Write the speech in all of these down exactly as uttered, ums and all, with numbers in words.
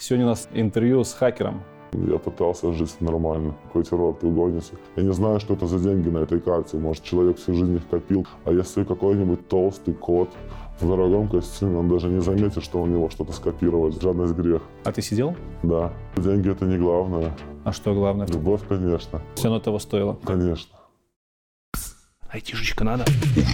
Сегодня у нас интервью с хакером. Я пытался жить нормально. Какой террор, ты угонишься. Я не знаю, что это за деньги на этой карте. Может, человек всю жизнь их копил. А если какой-нибудь толстый кот в дорогом костюме, он даже не заметит, что у него что-то скопировали. Жадность грех. А ты сидел? Да. Деньги — это не главное. А что главное? Любовь, конечно. Все равно того стоило? Конечно. Айтишечка надо.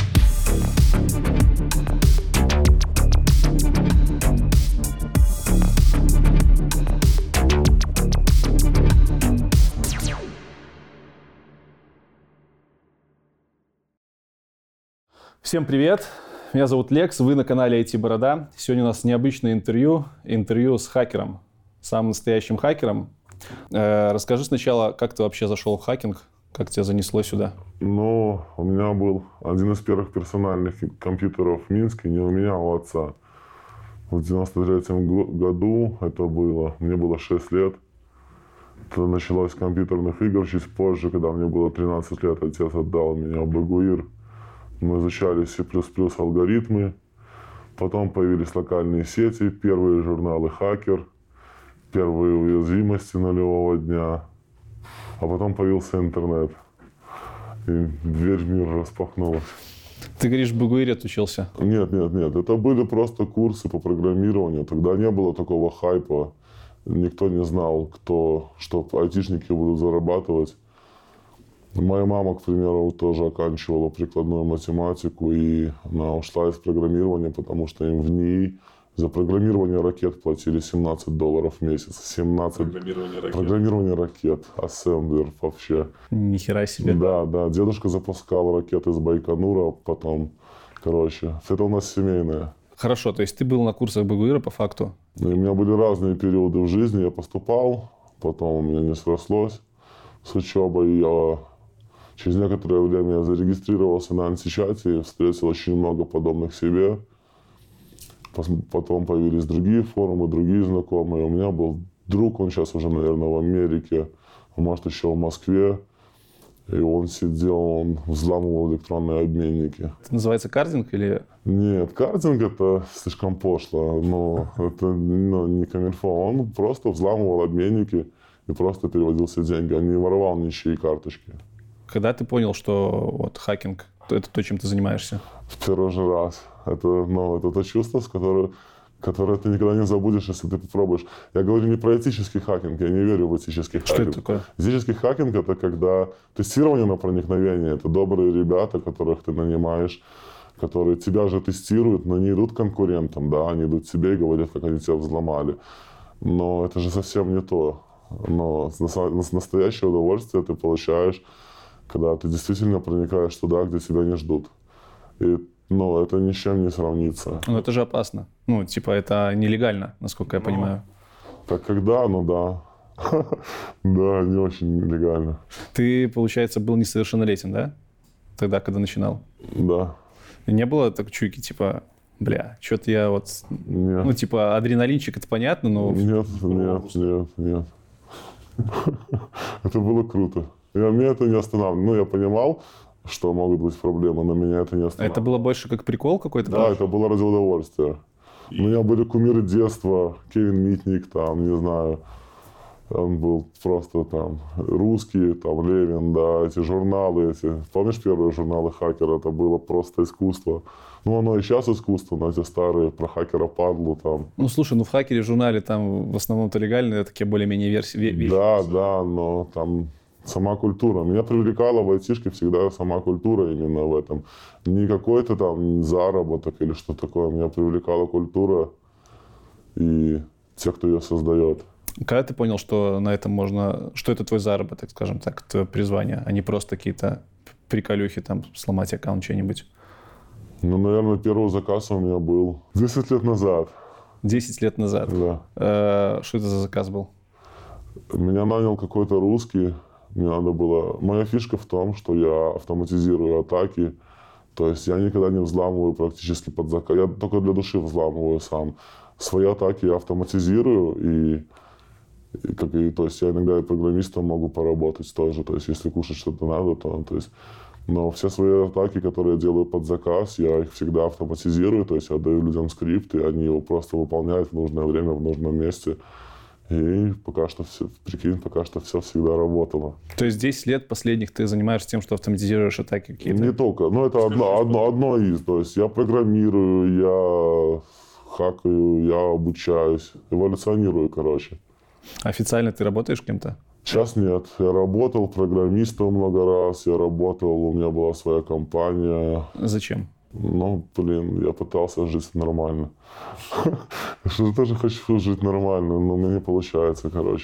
Всем привет! Меня зовут Лекс, вы на канале ай ти Борода. Сегодня у нас необычное интервью, интервью с хакером, самым настоящим хакером. Э, расскажи сначала, как ты вообще зашел в хакинг, как тебя занесло сюда? Ну, у меня был один из первых персональных компьютеров в Минске, не у меня, а у отца. В девяносто третьем году это было, мне было шесть лет. Это началось с компьютерных игр. Чуть позже, когда мне было тринадцать лет, отец отдал меня в Багуир. Мы изучали C++ алгоритмы. Потом появились локальные сети, первые журналы «Хакер», первые уязвимости нулевого дня. А потом появился интернет. И дверь в мир распахнулась. Ты говоришь, в Багуире отучился? Нет, нет, нет. Это были просто курсы по программированию. Тогда не было такого хайпа. Никто не знал, кто, что айтишники будут зарабатывать. Моя мама, к примеру, тоже оканчивала прикладную математику, и она ушла из программирования, потому что им в НИИ за программирование ракет платили семнадцать долларов в месяц. семнадцать Программирование ракет. Программирование ракет. Ассемблер вообще. Нихера себе. Да, да. Дедушка запускал ракеты из Байконура, потом, короче, это у нас семейное. Хорошо, то есть ты был на курсах Багуира по факту? И у меня были разные периоды в жизни. Я поступал, потом у меня не срослось с учебой. Я через некоторое время я зарегистрировался на античате и встретил очень много подобных себе. Потом появились другие форумы, другие знакомые. У меня был друг, он сейчас уже, наверное, в Америке, а может, еще в Москве. И он сидел, он взламывал электронные обменники. Это называется кардинг или... Нет, кардинг — это слишком пошло. Но это ну, не камильфо. Он просто взламывал обменники и просто переводил все деньги. Он не воровал ничьи карточки. Когда ты понял, что вот хакинг — это то, чем ты занимаешься? В первый же раз. Это, ну, это то чувство, с которое, которое ты никогда не забудешь, если ты попробуешь. Я говорю не про этический хакинг, я не верю в этический Что хакинг. это такое? Этический хакинг — это когда тестирование на проникновение. Это добрые ребята, которых ты нанимаешь, которые тебя же тестируют, но не идут конкурентам, да, они идут к тебе и говорят, как они тебя взломали. Но это же совсем не то. Но настоящее удовольствие ты получаешь, когда ты действительно проникаешь туда, где тебя не ждут. И, ну, это ни с чем не сравнится. Ну, это же опасно. Ну, типа, это нелегально, насколько я ну, понимаю. Так когда? Ну, да. Да, не очень легально. Ты, получается, был несовершеннолетен, да? Тогда, когда начинал? Да. И не было такой чуйки, типа, бля, что-то я вот... Нет. Ну, типа, адреналинчик, это понятно, но... Нет, нет, нет, нет. Это было круто. Я, меня это не останавливало. Ну, я понимал, что могут быть проблемы, но меня это не останавливало. Это было больше как прикол какой-то? Да, это было ради удовольствия. У меня были кумиры детства. Кевин Митник, там, не знаю. Он был просто там русский, там, Левин, да, эти журналы эти. Помнишь первые журналы «Хакера»? Это было просто искусство. Ну, оно и сейчас искусство, но эти старые про хакера падлу там. Ну, слушай, ну в «Хакере» журнале там в основном-то легальные такие более-менее версии. Да, да, но там... Сама культура. Меня привлекала в айтишке всегда сама культура именно в этом. Не какой-то там заработок или что такое. Меня привлекала культура и те, кто ее создает. Когда ты понял, что на этом можно... Что это твой заработок, скажем так, твое призвание, а не просто какие-то приколюхи, там, сломать аккаунт, что-нибудь? Ну, наверное, первый заказ у меня был десять лет назад. десять лет назад? Да. Э, что это за заказ был? Меня нанял какой-то русский. Мне надо было... Моя фишка в том, что я автоматизирую атаки. То есть я никогда не взламываю практически под заказ. Я только для души взламываю сам. Свои атаки я автоматизирую. И, и, как, и то есть я иногда и программистом могу поработать тоже. То есть если кушать что-то надо, то... то есть, но все свои атаки, которые я делаю под заказ, я их всегда автоматизирую. То есть я даю людям скрипт, и они его просто выполняют в нужное время, в нужном месте. И пока что все, прикинь, пока что все всегда работало. То есть десять лет последних ты занимаешься тем, что автоматизируешь атаки какие-то? Не только, но это одно, одно, одно из. То есть я программирую, я хакаю, я обучаюсь, эволюционирую, короче. Официально ты работаешь кем-то? Сейчас нет. Я работал программистом много раз, я работал, у меня была своя компания. Зачем? Ну, блин, я пытался жить нормально. Что ты тоже хочешь жить нормально, но у меня не получается, короче.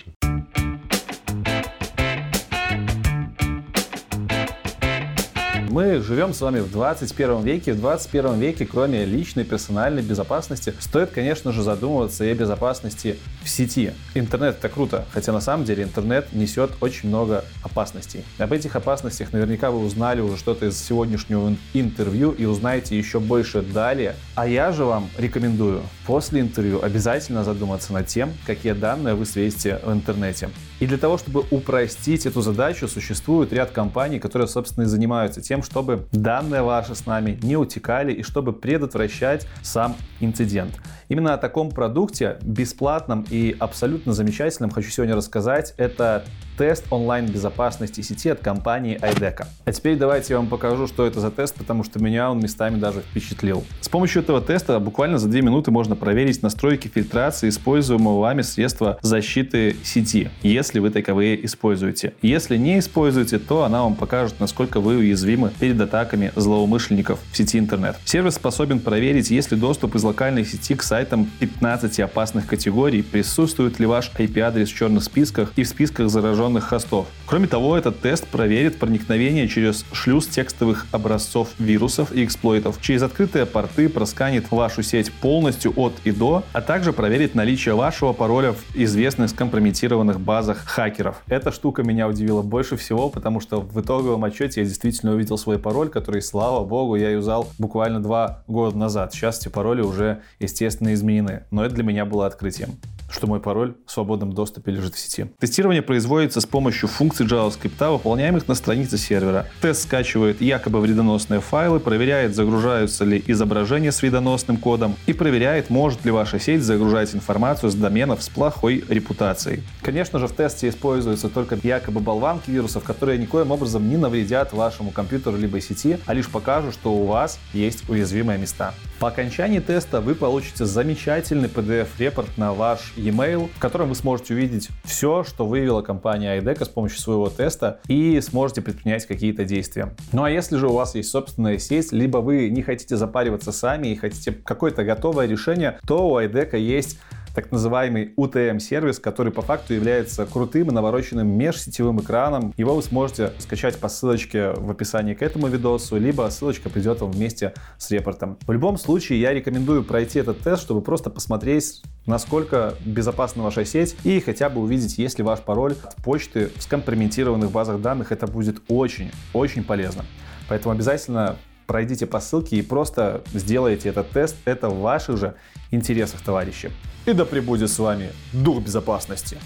Мы живем с вами в двадцать первом веке. В двадцать первом веке, кроме личной персональной безопасности, стоит, конечно же, задумываться и о безопасности в сети. Интернет — это круто, хотя на самом деле интернет несет очень много опасностей. Об этих опасностях наверняка вы узнали уже что-то из сегодняшнего интервью и узнаете еще больше далее. А я же вам рекомендую после интервью обязательно задуматься над тем, какие данные вы светите в интернете. И для того, чтобы упростить эту задачу, существует ряд компаний, которые, собственно, и занимаются тем, чтобы данные ваши с нами не утекали и чтобы предотвращать сам инцидент. Именно о таком продукте, бесплатном и абсолютно замечательном, хочу сегодня рассказать. Это тест онлайн-безопасности сети от компании Айдека. А теперь давайте я вам покажу, что это за тест, потому что меня он местами даже впечатлил. С помощью этого теста буквально за две минуты можно проверить настройки фильтрации используемого вами средства защиты сети, если вы таковые используете. Если не используете, то она вам покажет, насколько вы уязвимы перед атаками злоумышленников в сети интернет. Сервис способен проверить, есть ли доступ из локальной сети к сайтам пятнадцати опасных категорий, присутствует ли ваш ай пи-адрес в черных списках и в списках зараженных хостов. Кроме того, этот тест проверит проникновение через шлюз текстовых образцов вирусов и эксплойтов. Через открытые порты просканит вашу сеть полностью от и до, а также проверит наличие вашего пароля в известных скомпрометированных базах хакеров. Эта штука меня удивила больше всего, потому что в итоговом отчете я действительно увидел свой пароль, который, слава богу, я юзал буквально два года назад. Сейчас эти пароли уже, естественно, изменены. Но это для меня было открытием, что мой пароль в свободном доступе лежит в сети. Тестирование производится с помощью функций JavaScript, выполняемых на странице сервера. Тест скачивает якобы вредоносные файлы, проверяет, загружаются ли изображения с вредоносным кодом и проверяет, может ли ваша сеть загружать информацию с доменов с плохой репутацией. Конечно же, в тесте используются только якобы болванки вирусов, которые никоим образом не навредят вашему компьютеру либо сети, а лишь покажут, что у вас есть уязвимые места. По окончании теста вы получите замечательный пи ди эф-репорт на ваш e-mail, в котором вы сможете увидеть все, что выявила компания Айдека с помощью своего теста, и сможете предпринять какие-то действия. Ну а если же у вас есть собственная сеть, либо вы не хотите запариваться сами и хотите какое-то готовое решение, то у Айдека есть так называемый ю ти эм-сервис, который по факту является крутым и навороченным межсетевым экраном. Его вы сможете скачать по ссылочке в описании к этому видосу, либо ссылочка придет вам вместе с репортом. В любом случае, я рекомендую пройти этот тест, чтобы просто посмотреть, насколько безопасна ваша сеть, и хотя бы увидеть, есть ли ваш пароль от почты в скомпрометированных базах данных. Это будет очень-очень полезно. Поэтому обязательно пройдите по ссылке и просто сделайте этот тест. Это в ваших же интересах, товарищи. И да пребудет с вами дух безопасности.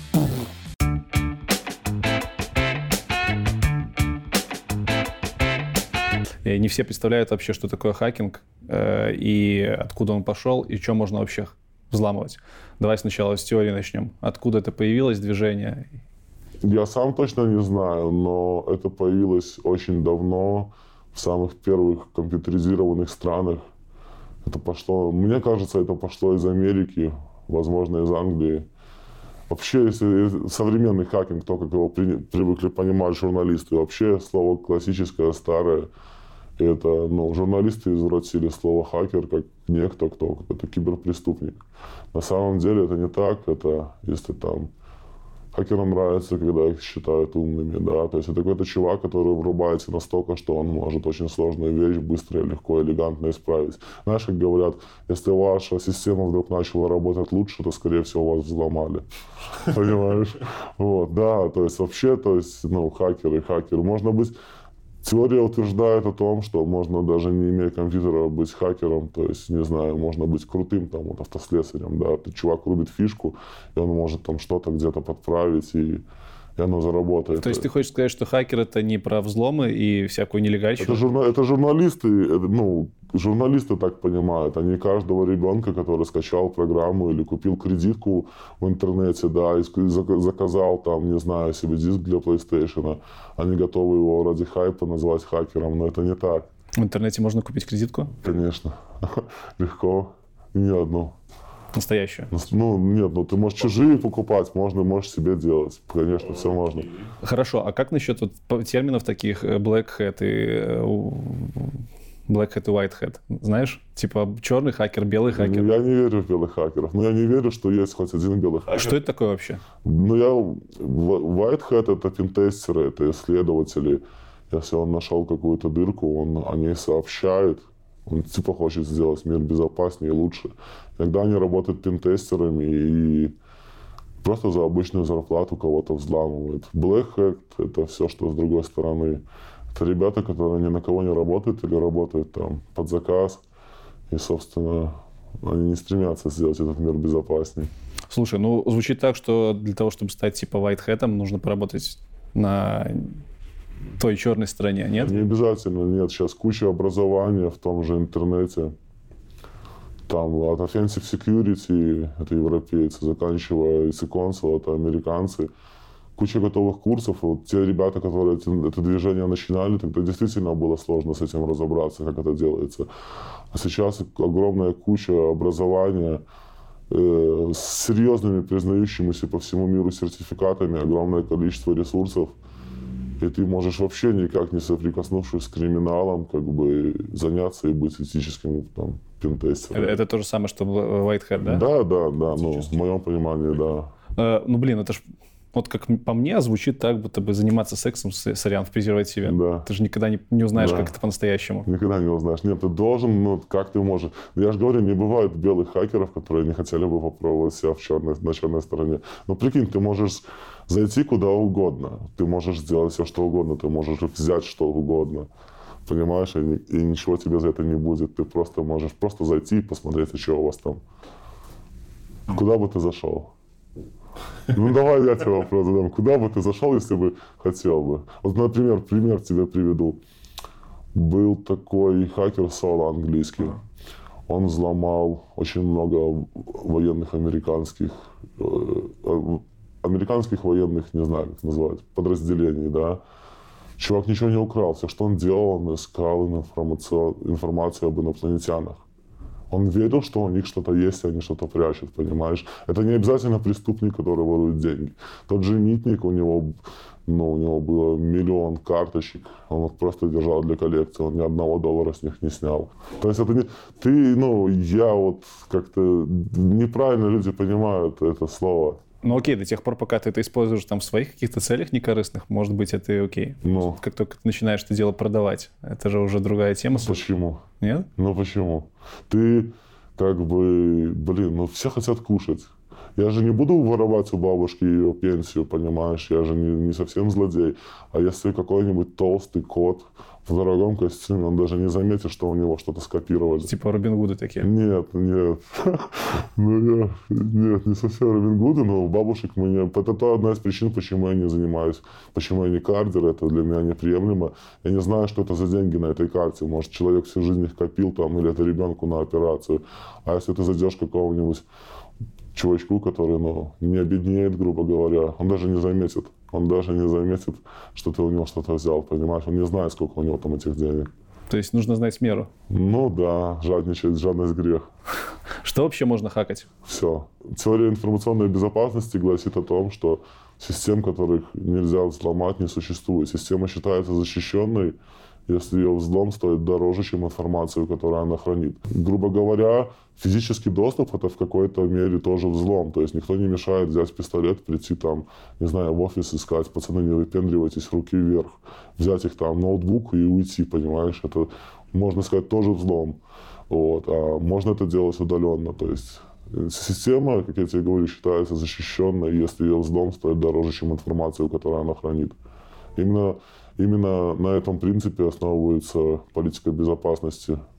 И не все представляют вообще, что такое хакинг, э, и откуда он пошел, и что можно вообще взламывать. Давай сначала с теории начнем. Откуда это появилось движение? Я сам точно не знаю, но это появилось очень давно, в самых первых компьютеризированных странах. Это пошло, мне кажется, это пошло из Америки, возможно, из Англии. Вообще, если современный хакинг, то, как его при, привыкли понимать журналисты, вообще слово классическое, старое. И это, ну, журналисты извратили слово хакер как некто, кто, это киберпреступник. На самом деле это не так, это если там хакерам нравится, когда их считают умными, да, то есть это какой-то чувак, который врубается настолько, что он может очень сложную вещь быстро, легко, элегантно исправить. Знаешь, как говорят, если ваша система вдруг начала работать лучше, то, скорее всего, вас взломали. Понимаешь? Вот, да, то есть вообще, то есть, ну, хакеры, хакеры. Можно быть... Теория утверждает о том, что можно даже не имея компьютера быть хакером, то есть, не знаю, можно быть крутым там вот автослесарем, да, ты чувак рубит фишку, и он может там что-то где-то подправить, и и оно заработает. То есть ты хочешь сказать, что хакер — это не про взломы и всякую нелегальщину? Это, журна... это журналисты, это, ну, журналисты так понимают. Они каждого ребенка, который скачал программу или купил кредитку в интернете, да, и заказал там, не знаю, себе диск для PlayStation, они готовы его ради хайпа назвать хакером, но это не так. В интернете можно купить кредитку? Конечно. Легко. И не одну. Настоящую? Ну, нет, ну ты можешь чужие покупать, можно, можешь себе делать. Конечно, все можно. Хорошо, а как насчет вот терминов таких black hat и black hat и white hat? Знаешь? Типа черный хакер, белый хакер. Я не верю в белых хакеров, но я не верю, что есть хоть один белый хакер. Что это такое вообще? Ну, я... White hat — это пентестеры, это исследователи. Если он нашел какую-то дырку, он о ней сообщает. Он типа хочет сделать мир безопаснее и лучше. Иногда они работают пентестерами и просто за обычную зарплату кого-то взламывают. Black hat — это все, что с другой стороны. Это ребята, которые ни на кого не работают или работают там под заказ. И, собственно, они не стремятся сделать этот мир безопаснее. Слушай, ну звучит так, что для того, чтобы стать типа white hat, нужно поработать на той черной стороне, нет? Не обязательно, нет. Сейчас куча образования в том же интернете. Там от Offensive Security, это европейцы, заканчивая Исиконсел, это американцы. Куча готовых курсов. Вот те ребята, которые это, это движение начинали, тогда действительно было сложно с этим разобраться, как это делается. А сейчас огромная куча образования э, с серьезными, признающимися по всему миру сертификатами, огромное количество ресурсов. И ты можешь вообще никак не соприкоснувшись с криминалом, как бы заняться и быть этическим там, пентестером. Это, это то же самое, что white hat, да? Да, да, да. Ну, в моем понимании, да. Э, ну, блин, это ж, вот как по мне, звучит так, будто бы заниматься сексом, сорян, в презервативе. Да. Ты же никогда не, не узнаешь, Да. как это по-настоящему. Никогда не узнаешь. Нет, ты должен, ну, как ты можешь. Я же говорю, не бывает белых хакеров, которые не хотели бы попробовать себя в черной, на черной стороне. Но прикинь, ты можешь зайти куда угодно. Ты можешь сделать все, что угодно. Ты можешь взять что угодно. Понимаешь? И, и ничего тебе за это не будет. Ты просто можешь просто зайти и посмотреть, что у вас там. Куда бы ты зашел? Ну, давай я тебе вопрос задам. Куда бы ты зашел, если бы хотел бы? Вот, например, пример тебе приведу. Был такой хакер Соло английский. Он взломал очень много военных американских, э, американских военных, не знаю, как назвать, подразделений, да. Чувак ничего не украл. Все, что он делал, он искал информацию, информацию об инопланетянах. Он верил, что у них что-то есть, и они что-то прячут, понимаешь? Это не обязательно преступник, который ворует деньги. Тот же Митник, у него, ну, у него было миллион карточек, он их просто держал для коллекции, он ни одного доллара с них не снял. То есть это не... Ты, ну, я вот как-то... Неправильно люди понимают это слово. Ну окей, до тех пор, пока ты это используешь там в своих каких-то целях некорыстных, может быть, это и окей. Ну. Как только ты начинаешь это дело продавать, это же уже другая тема. Почему? Нет? Ну почему? Ты как бы, блин, ну все хотят кушать. Я же не буду воровать у бабушки ее пенсию, понимаешь? Я же не, не совсем злодей. А если какой-нибудь толстый кот в дорогом костюме, он даже не заметит, что у него что-то скопировали. Типа Робин Гуды такие? Нет, нет. Ну, я... Нет, не совсем Робин Гуды, но бабушек мы не... Это одна из причин, почему я не занимаюсь, почему я не кардер, это для меня неприемлемо. Я не знаю, что это за деньги на этой карте. Может, человек всю жизнь их копил там, или это ребенку на операцию. А если ты зайдешь к какому-нибудь чувачку, который, ну, не обеднеет, грубо говоря, он даже не заметит. Он даже не заметит, что ты у него что-то взял, понимаешь? Он не знает, сколько у него там этих денег. То есть нужно знать меру? Ну да, жадничать, жадность грех. Что вообще можно хакать? Все. Теория информационной безопасности гласит о том, что систем, которых нельзя взломать, не существует. Система считается защищенной, если ее взлом стоит дороже, чем информацию, которую она хранит. Грубо говоря, физический доступ — это в какой-то мере тоже взлом. То есть никто не мешает взять пистолет, прийти там, не знаю, в офис и сказать: пацаны, не выпендривайтесь, руки вверх. Взять их там, ноутбук и уйти, понимаешь? Это, можно сказать, тоже взлом. Вот. А можно это делать удаленно. То есть система, как я тебе говорю, считается защищенной, если ее взлом стоит дороже, чем информацию, которую она хранит. Именно, именно на этом принципе основывается политика безопасности.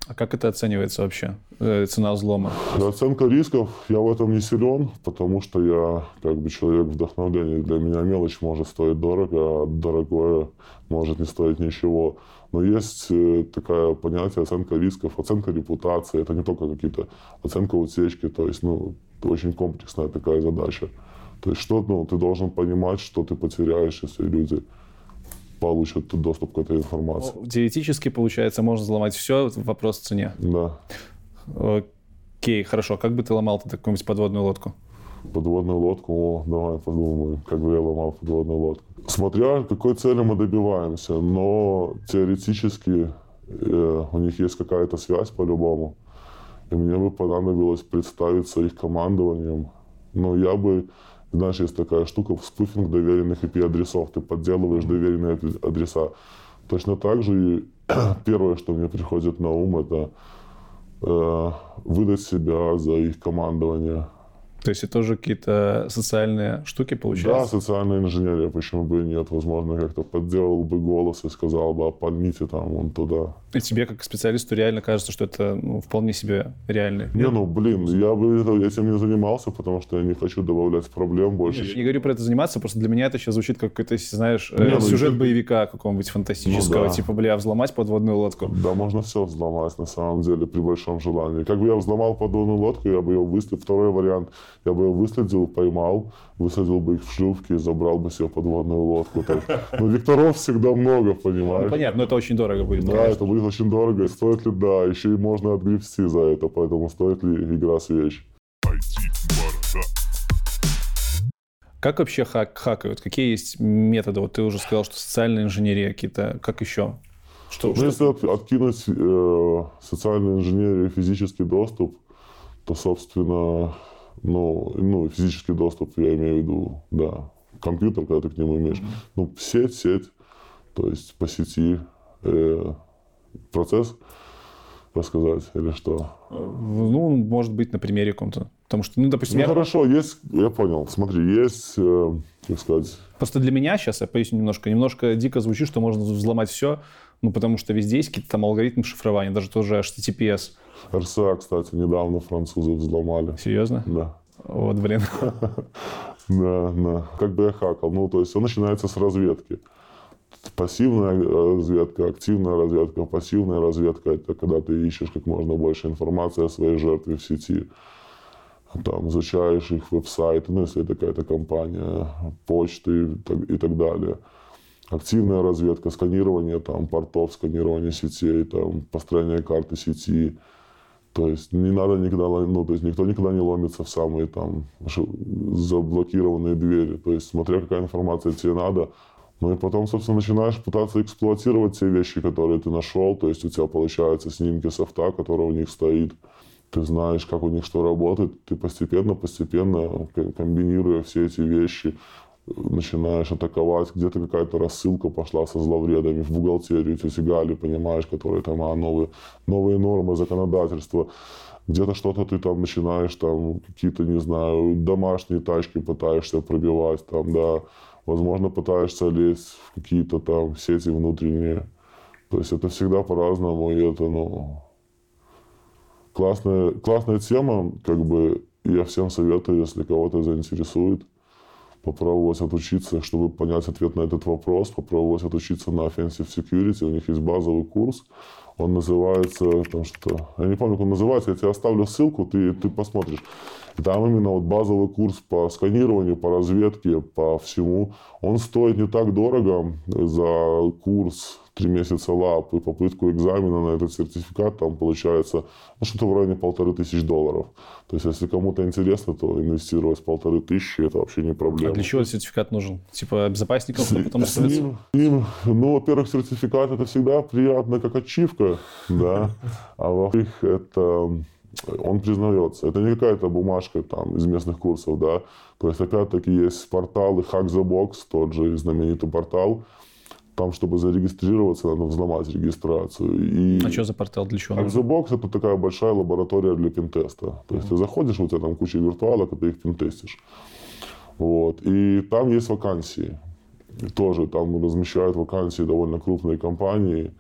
А как это оценивается вообще, э, цена взлома? Оценка рисков, я в этом не силен, потому что я как бы человек вдохновления. Для меня мелочь может стоить дорого, а дорогое может не стоить ничего. Но есть такое понятие оценка рисков, оценка репутации. Это не только какие-то оценка утечки, то есть, ну, это очень комплексная такая задача. То есть, что, ну, ты должен понимать, что ты потеряешь, если люди получат доступ к этой информации. Теоретически, получается, можно взломать все, вопрос в цене. Да. Окей, хорошо. Как бы ты ломал ты какую-нибудь подводную лодку? Подводную лодку? О, давай подумаем, как бы я ломал подводную лодку. Смотря какой цели мы добиваемся, но теоретически э, у них есть какая-то связь по-любому. И мне бы понадобилось представиться их командованием. Но я бы, знаешь, есть такая штука, спуфинг доверенных ай пи-адресов. Ты подделываешь доверенные адреса. Точно так же и первое, что мне приходит на ум, это э, выдать себя за их командование. То есть это тоже какие-то социальные штуки получаются? Да, социальная инженерия, почему бы и нет. Возможно, как-то подделал бы голос и сказал бы, опальните там вон туда. И тебе, как специалисту, реально кажется, что это, ну, вполне себе реально? Не, ну, блин, я бы этим не занимался, потому что я не хочу добавлять проблем больше. Я не говорю про это заниматься, просто для меня это сейчас звучит как какой-то, знаешь, не, ну, сюжет это... боевика какого-нибудь фантастического, ну, да. типа, бля, взломать подводную лодку. Да, можно все взломать, на самом деле, при большом желании. Как бы я взломал подводную лодку, я бы ее выследил. Второй вариант, я бы ее выследил, поймал, высадил бы их в шлюпки и забрал бы себе подводную лодку. Но векторов всегда много, понимаешь? Ну, понятно, но это очень дорого будет. Да, конечно. Это будет очень дорого. И стоит ли, да, еще и можно отгребсти за это, поэтому стоит ли игра свеч. Как вообще хак, хакают? Какие есть методы? Вот ты уже сказал, что социальная инженерия какие-то. Как еще? Что, ну, что? Если от, откинуть э, социальную инженерию и физический доступ, то, собственно, ну, ну, физический доступ, я имею в виду, да, компьютер, когда ты к нему имеешь. Mm-hmm. Ну, сеть, сеть, то есть по сети э, процесс рассказать или что? Ну, может быть, на примере каком-то. Потому что, ну, допустим... Ну, я... хорошо, есть, я понял. Смотри, есть, э, как сказать... Просто для меня сейчас, я поясню немножко, немножко дико звучит, что можно взломать все, ну, потому что везде есть какие-то там алгоритмы шифрования, даже тоже эйч ти ти пи эс. эр эс а, кстати, недавно французы взломали. Серьезно? Да. Вот, блин. Да, да. Как бы я хакал. Ну, то есть все начинается с разведки. Пассивная разведка, активная разведка. Пассивная разведка – это когда ты ищешь как можно больше информации о своей жертве в сети. Там, изучаешь их веб-сайты, ну, если это какая-то компания, почты и так, и так далее. Активная разведка, сканирование там, портов, сканирование сетей, там, построение карты сети. То есть не надо никогда, ну, то есть никто никогда не ломится в самые там заблокированные двери. То есть смотря какая информация тебе надо. Ну и потом, собственно, начинаешь пытаться эксплуатировать те вещи, которые ты нашел. То есть у тебя получаются снимки софта, который у них стоит. Ты знаешь, как у них что работает. Ты постепенно-постепенно, комбинируя все эти вещи, начинаешь атаковать. Где-то какая-то рассылка пошла со зловредами в бухгалтерию, тети Гали, понимаешь, которые там а, новые, новые нормы законодательства. Где-то что-то ты там начинаешь, там какие-то, не знаю, домашние тачки пытаешься пробивать, там, да. Возможно, пытаешься лезть в какие-то там сети внутренние. То есть это всегда по-разному, и это, ну, классная, классная тема, как бы, я всем советую, если кого-то заинтересует, попробовать отучиться, чтобы понять ответ на этот вопрос, попробовать отучиться на Offensive Security. У них есть базовый курс, он называется, там что, я не помню, как он называется, я тебе оставлю ссылку, ты, ты посмотришь. И там именно вот базовый курс по сканированию, по разведке, по всему. Он стоит не так дорого за курс три месяца лаб и попытку экзамена на этот сертификат. Там получается ну, что-то в районе полторы тысячи долларов. То есть, если кому-то интересно, то инвестировать полторы тысячи, это вообще не проблема. А для чего сертификат нужен? Типа безопасникам, чтобы потом с ним, ним, ну, во-первых, сертификат это всегда приятно как ачивка, да. А во-вторых, это... он признается. Это не какая-то бумажка там, из местных курсов, да. То есть, опять-таки, есть порталы Hack the Box, тот же знаменитый портал. Там, чтобы зарегистрироваться, надо взломать регистрацию. И а что за портал, для чего? Hack the Box – это такая большая лаборатория для пентеста. То есть, mm-hmm. ты заходишь, у тебя там куча виртуалок, и ты их пентестишь. Вот. И там есть вакансии. И тоже там размещают вакансии довольно крупные компании.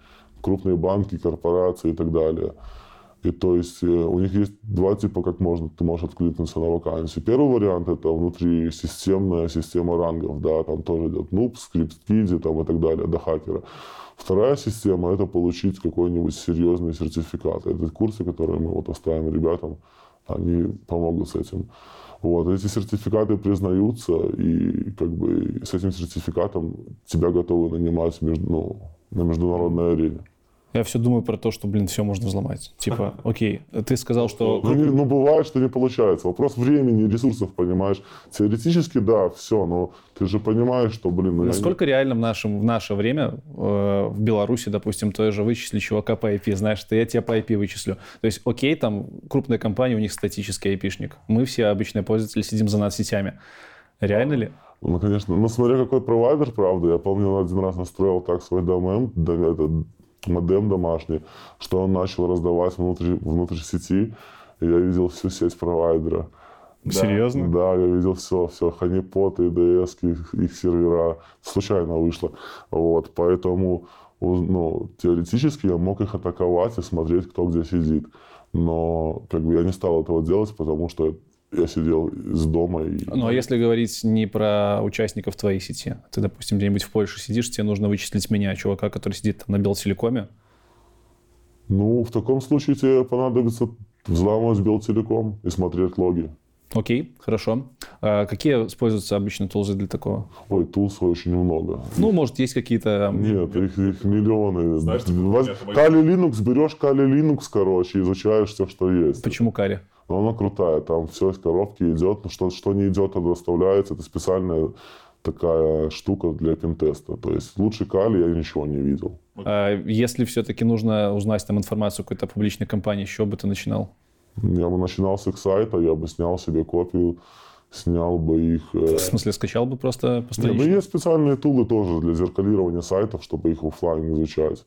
крупные банки, корпорации и так далее. И то есть у них есть два типа, как можно, ты можешь откликнуться на вакансию. Первый вариант — это внутрисистемная система рангов, да, там тоже идет нуб, скрипт-киди там, и так далее, до хакера. Вторая система — это получить какой-нибудь серьезный сертификат. Это курсы, которые мы вот оставим ребятам, они помогут с этим. Вот. Эти сертификаты признаются, и как бы с этим сертификатом тебя готовы нанимать между, ну, на международной арене. Я все думаю про то, что, блин, все можно взломать. Типа, окей, ты сказал, что... Ну, не, ну, бывает, что не получается. Вопрос времени, ресурсов, понимаешь. Теоретически, да, все, но ты же понимаешь, что, блин... Ну, насколько не... реально в, нашем, в наше время э, в Беларуси, допустим, тоже вычисли чувака по ай пи, знаешь, что я тебя по ай пи вычислю. То есть, окей, там крупная компания, у них статический ай пи-шник. Мы все, обычные пользователи, сидим за надсетями. Реально ли? Ну, конечно. Ну, смотря какой провайдер, правда. Я помню, один раз настроил так свой домен, этот модем домашний, что он начал раздавать внутри, внутрь сети, и я видел всю сеть провайдера. Серьезно? Да, я видел все, все, ханипоты, и ди эс, их, их сервера, случайно вышло. Вот, поэтому, ну, теоретически я мог их атаковать и смотреть, кто где сидит. Но, как бы, я не стал этого делать, потому что я сидел из дома. И... Ну, а если говорить не про участников твоей сети, ты, допустим, где-нибудь в Польше сидишь, тебе нужно вычислить меня, чувака, который сидит там на Белтелекоме? Ну, в таком случае тебе понадобится взламывать Белтелеком и смотреть логи. Окей, хорошо. А какие используются обычно тулзы для такого? Ой, тулз очень много. Ну, может, есть какие-то... Нет, их, их миллионы. Знаешь, Kali Linux, берешь Kali Linux, короче, изучаешь все, что есть. Почему Kali? Но она крутая, там все из коробки идет, но что, что не идет, это доставляется. Это специальная такая штука для пентеста. То есть лучше Kali я ничего не видел. А если все-таки нужно узнать там информацию какой-то публичной компании, с чего бы ты начинал? Я бы начинал с их сайта, я бы снял себе копию, снял бы их... В смысле, скачал бы просто постранично? Ну, есть специальные тулы тоже для зеркалирования сайтов, чтобы их в офлайн изучать.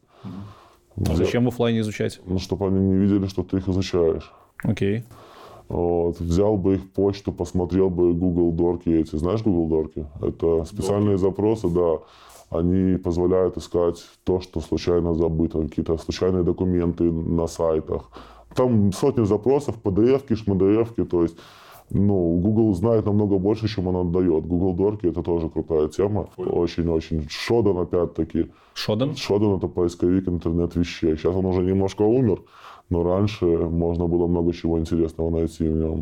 А зачем в офлайне изучать? Ну, чтобы они не видели, что ты их изучаешь. Окей. Вот. Взял бы их почту, посмотрел бы Google Дорки эти. Знаешь Google Дорки? Это специальные Дорки. Запросы, да. Они позволяют искать то, что случайно забыто. Какие-то случайные документы на сайтах. Там сотни запросов, пи ди эф-ки, шмэ-дэ-эф-ки. То есть, ну, Google знает намного больше, чем он отдает. Google Дорки — это тоже крутая тема. Очень-очень. Шодан, опять-таки. Шодан? Шодан — это поисковик интернет-вещей. Сейчас он уже немножко умер. Но раньше можно было много чего интересного найти в нем.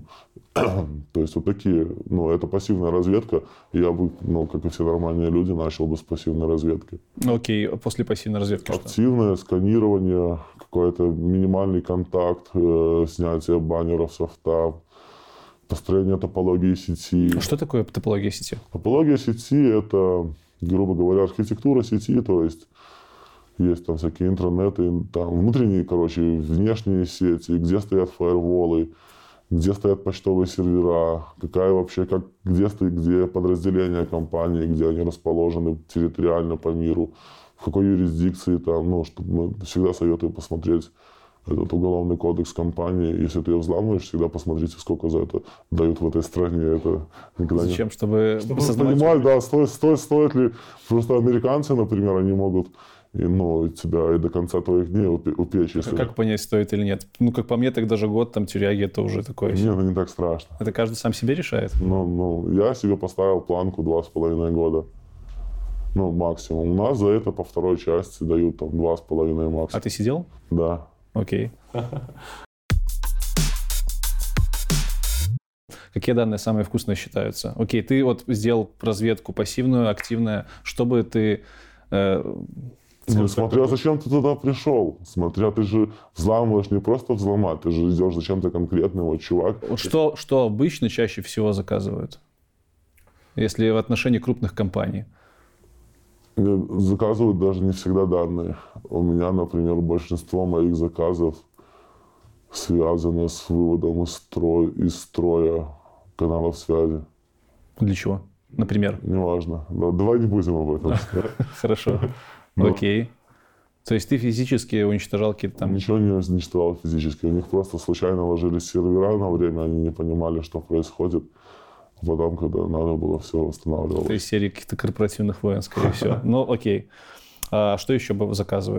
То есть вот такие, ну, это пассивная разведка. Я бы, ну, как и все нормальные люди, начал бы с пассивной разведки. Окей, после пассивной разведки активное что? Сканирование, какой-то минимальный контакт, э, снятие баннеров софта, построение топологии сети. А что такое топология сети? Топология сети — это, грубо говоря, архитектура сети, то есть есть там всякие интранеты, там внутренние, короче, внешние сети, где стоят фаерволы, где стоят почтовые сервера, какая вообще, как, где, стоит, где подразделения компании, где они расположены территориально по миру, в какой юрисдикции там, ну, чтобы мы всегда советую посмотреть этот уголовный кодекс компании. Если ты ее взламываешь, всегда посмотрите, сколько за это дают в этой стране. Это зачем? Не... Чтобы, чтобы понимать, да, стоит, стоит, стоит ли. Просто американцы, например, они могут и, ну, тебя и до конца твоих дней упечь. Если... Как понять, стоит или нет? Ну, как по мне, так даже год там тюряги, это уже такое. Нет, это не так страшно. Это каждый сам себе решает? Ну, ну, я себе поставил планку два с половиной года. Ну, максимум. У нас за это по второй части дают там два с половиной максимум. А ты сидел? Да. Окей. Какие данные самые вкусные считаются? Окей, ты вот сделал разведку пассивную, активную. Чтобы ты... Э, ну, смотря так, зачем ты туда пришел. Смотря, ты же взламываешь не просто взломать, ты же идешь зачем-то конкретный вот чувак. Вот что, что обычно чаще всего заказывают? Если в отношении крупных компаний? Заказывают даже не всегда данные. У меня, например, большинство моих заказов связано с выводом из строя, из строя каналов связи. Для чего? Например? Неважно. Давай не будем об этом. Хорошо. Окей. То есть ты физически уничтожал какие-то там... Ничего не уничтожал физически. У них просто случайно ложились сервера на время, они не понимали, что происходит. Потом, когда надо было, все восстанавливалось. То есть серии каких-то корпоративных войн, скорее всего. Ну, окей. А что еще заказывают?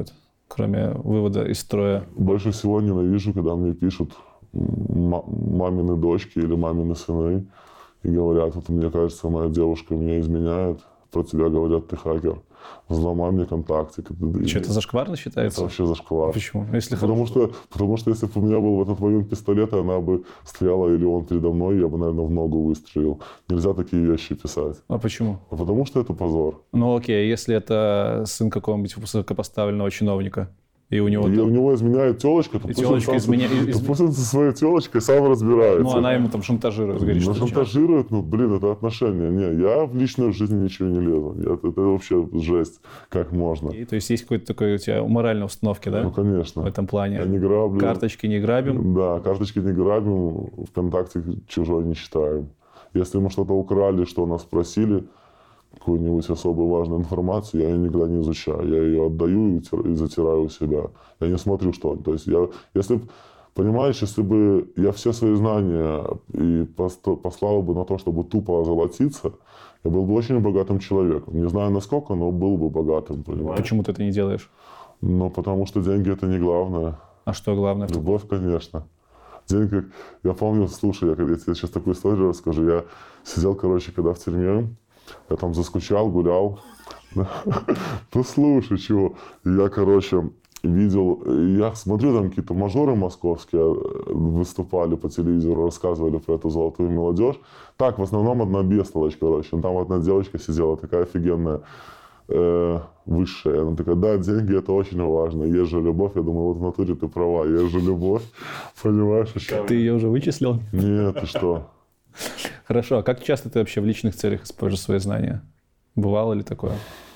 кроме вывода из строя? Больше всего ненавижу, когда мне пишут мамины дочки или мамины сыны и говорят, вот мне кажется, моя девушка меня изменяет, про тебя говорят, ты хакер. Взломай мне контактик. Что, это зашкварно считается? Это вообще зашквар. Почему? Если потому, что, потому что если бы у меня был в этот момент пистолет, она бы стояла или он передо мной, я бы, наверное, в ногу выстрелил. Нельзя такие вещи писать. А почему? А потому что это позор. Ну окей, если это сын какого-нибудь высокопоставленного чиновника, и у него... И там... у него изменяет телочка, то и пусть, телочка он сам, изменя... то пусть он со своей телочкой сам разбирается. Ну, она ему там шантажирует, говорит, ну, что... шантажирует, ну, блин, это отношения. Не, я в личную жизнь ничего не лезу. Я, это, это вообще жесть, как можно. И, то есть есть какой-то такой у тебя моральной установки, да? Ну, конечно. В этом плане. Я не граблю. Карточки не грабим. Да, карточки не грабим, ВКонтакте чужой не читаем. Если мы что-то украли, что нас спросили, какую-нибудь особо важную информацию, я ее никогда не изучаю. Я ее отдаю и затираю у себя. Я не смотрю, что... То есть я... Если б, понимаешь, если бы я все свои знания и послал бы на то, чтобы тупо озолотиться, я был бы очень богатым человеком. Не знаю насколько, но был бы богатым, понимаешь? Почему ты это не делаешь? Ну, потому что деньги — это не главное. А что главное? Любовь, конечно. Деньги... Я помню, слушай, я, я тебе сейчас такую историю расскажу. Я сидел, короче, когда в тюрьме, я там заскучал, гулял. Ну, слушай, чего. Я, короче, видел... Я смотрю, там какие-то мажоры московские выступали по телевизору, рассказывали про эту золотую молодежь. Так, в основном одна бестолочь, короче. Там одна девочка сидела, такая офигенная, э, высшая. Она такая, да, деньги — это очень важно. Есть же любовь. Я думаю, вот в натуре ты права. Есть же любовь. Понимаешь? Еще? Ты ее уже вычислил? Нет, ты что? Хорошо, а как часто ты вообще в личных целях используешь свои знания? Бывало ли такое?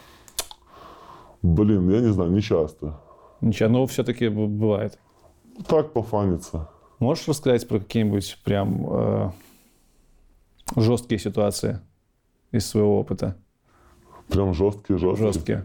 Блин, я не знаю, не часто. Ничего, но все-таки бывает. Так, пофаниться. Можешь рассказать про какие-нибудь прям э, жесткие ситуации из своего опыта? Прям жесткие, жесткие? Жесткие.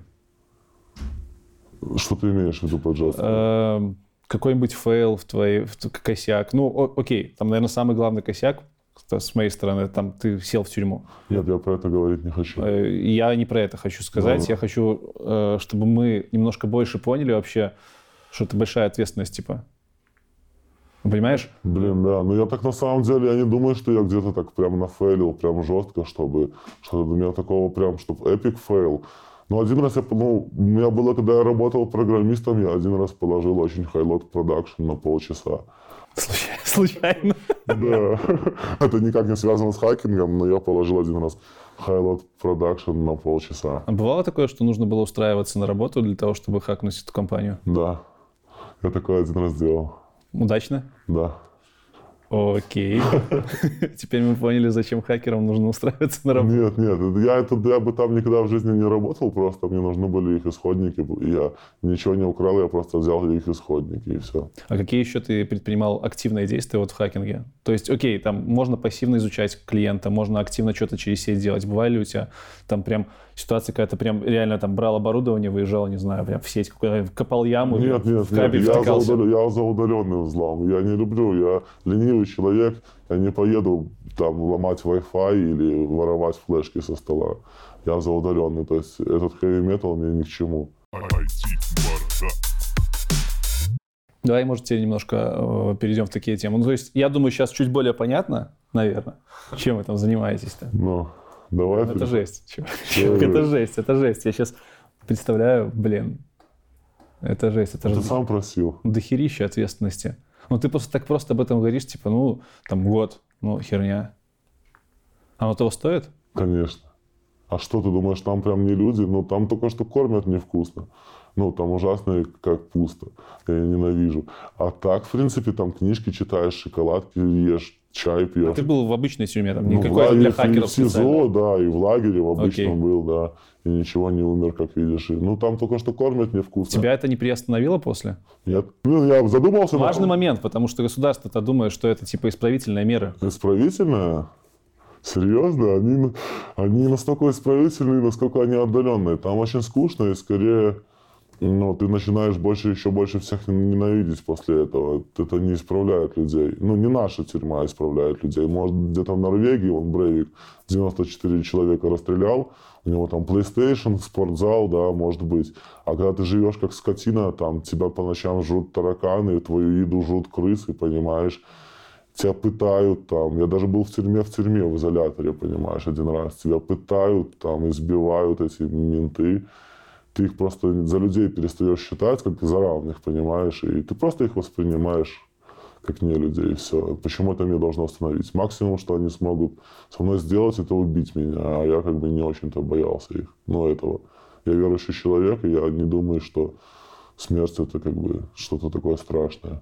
Что ты имеешь в виду под жестким? Э, какой-нибудь фейл в твоей, в, косяк. Ну, о, окей, там, наверное, самый главный косяк, с моей стороны, там ты сел в тюрьму. Нет, я про это говорить не хочу. Я не про это хочу сказать. Да. Я хочу, чтобы мы немножко больше поняли вообще, что это большая ответственность, типа. Понимаешь? Блин, да. Но я так на самом деле, я не думаю, что я где-то так прям нафейлил, прям жестко, чтобы, что у меня такого прям, чтобы эпик фейл. Но один раз я, ну, у меня было, когда я работал программистом, я один раз положил очень хайлот продакшн на полчаса. Случайно? Да. Это никак не связано с хакингом, но я положил один раз Highlight Production на полчаса. А бывало такое, что нужно было устраиваться на работу для того, чтобы хакнуть эту компанию? Да. Я такое один раз делал. Удачно? Да. Окей. Теперь мы поняли, зачем хакерам нужно устраиваться на работу. Нет, нет, я, это, я бы там никогда в жизни не работал, просто мне нужны были их исходники. Я ничего не украл, я просто взял их исходники и все. А какие еще ты предпринимал активные действия вот в хакинге? То есть, окей, там можно пассивно изучать клиента, можно активно что-то через сеть делать. Бывали ли у тебя там прям ситуации, когда ты прям реально там брал оборудование, выезжал, не знаю, прям в сеть, копал яму? Нет, нет, в кабель нет, я за, втыкался? я за удаленный взлом. Я не люблю, я ленивый человек, я не поеду там ломать Wi-Fi или воровать флешки со стола. Я за удаленный, то есть этот heavy metal мне ни к чему. Давай, может, теперь немножко э, перейдем в такие темы. Ну, то есть, я думаю, сейчас чуть более понятно, наверное, чем вы там занимаетесь-то. Ну, давай. Это жесть, чувак. Чувак, это жесть, это жесть. Я сейчас представляю, блин, это жесть. Это Ты же сам просил. дохерища ответственности. Ну, ты просто так просто об этом говоришь, типа, ну, там, год, ну, херня. Оно того стоит? Конечно. А что, ты думаешь, там прям не люди? Ну, там только что кормят невкусно. Ну, там ужасно, как пусто. Я ненавижу. А так, в принципе, там книжки читаешь, шоколадки ешь, чай пьешь. А ты был в обычной тюрьме, там, ну, не какой-то для хакеров в СИЗО, специально? да, и в лагере в обычном Окей. был, да. И ничего не умер, как видишь. И, ну, там только что кормят невкусно. Тебя это не приостановило после? Нет. Ну, я задумался. Важный на... момент, потому что государство-то думает, что это типа исправительная мера. Исправительная? Серьезно? Они, они настолько исправительные, насколько они отдаленные. Там очень скучно и скорее... Но ты начинаешь больше, еще больше всех ненавидеть после этого. Это не исправляет людей. Ну, не наша тюрьма исправляет людей. Может, где-то в Норвегии, он Брейвик, девяносто четыре человека расстрелял, у него там PlayStation, спортзал, да, может быть. А когда ты живешь как скотина, там тебя по ночам жрут тараканы, твою еду жрут крысы, понимаешь? Тебя пытают там. Я даже был в тюрьме, в тюрьме, в изоляторе, понимаешь, один раз. Тебя пытают, там, избивают эти менты. Ты их просто за людей перестаешь считать, как за равных, понимаешь? И ты просто их воспринимаешь как не людей, и все. Почему это меня должно остановить? Максимум, что они смогут со мной сделать, это убить меня. А я как бы не очень-то боялся их. Но этого. Я верующий человек, и я не думаю, что смерть это как бы что-то такое страшное.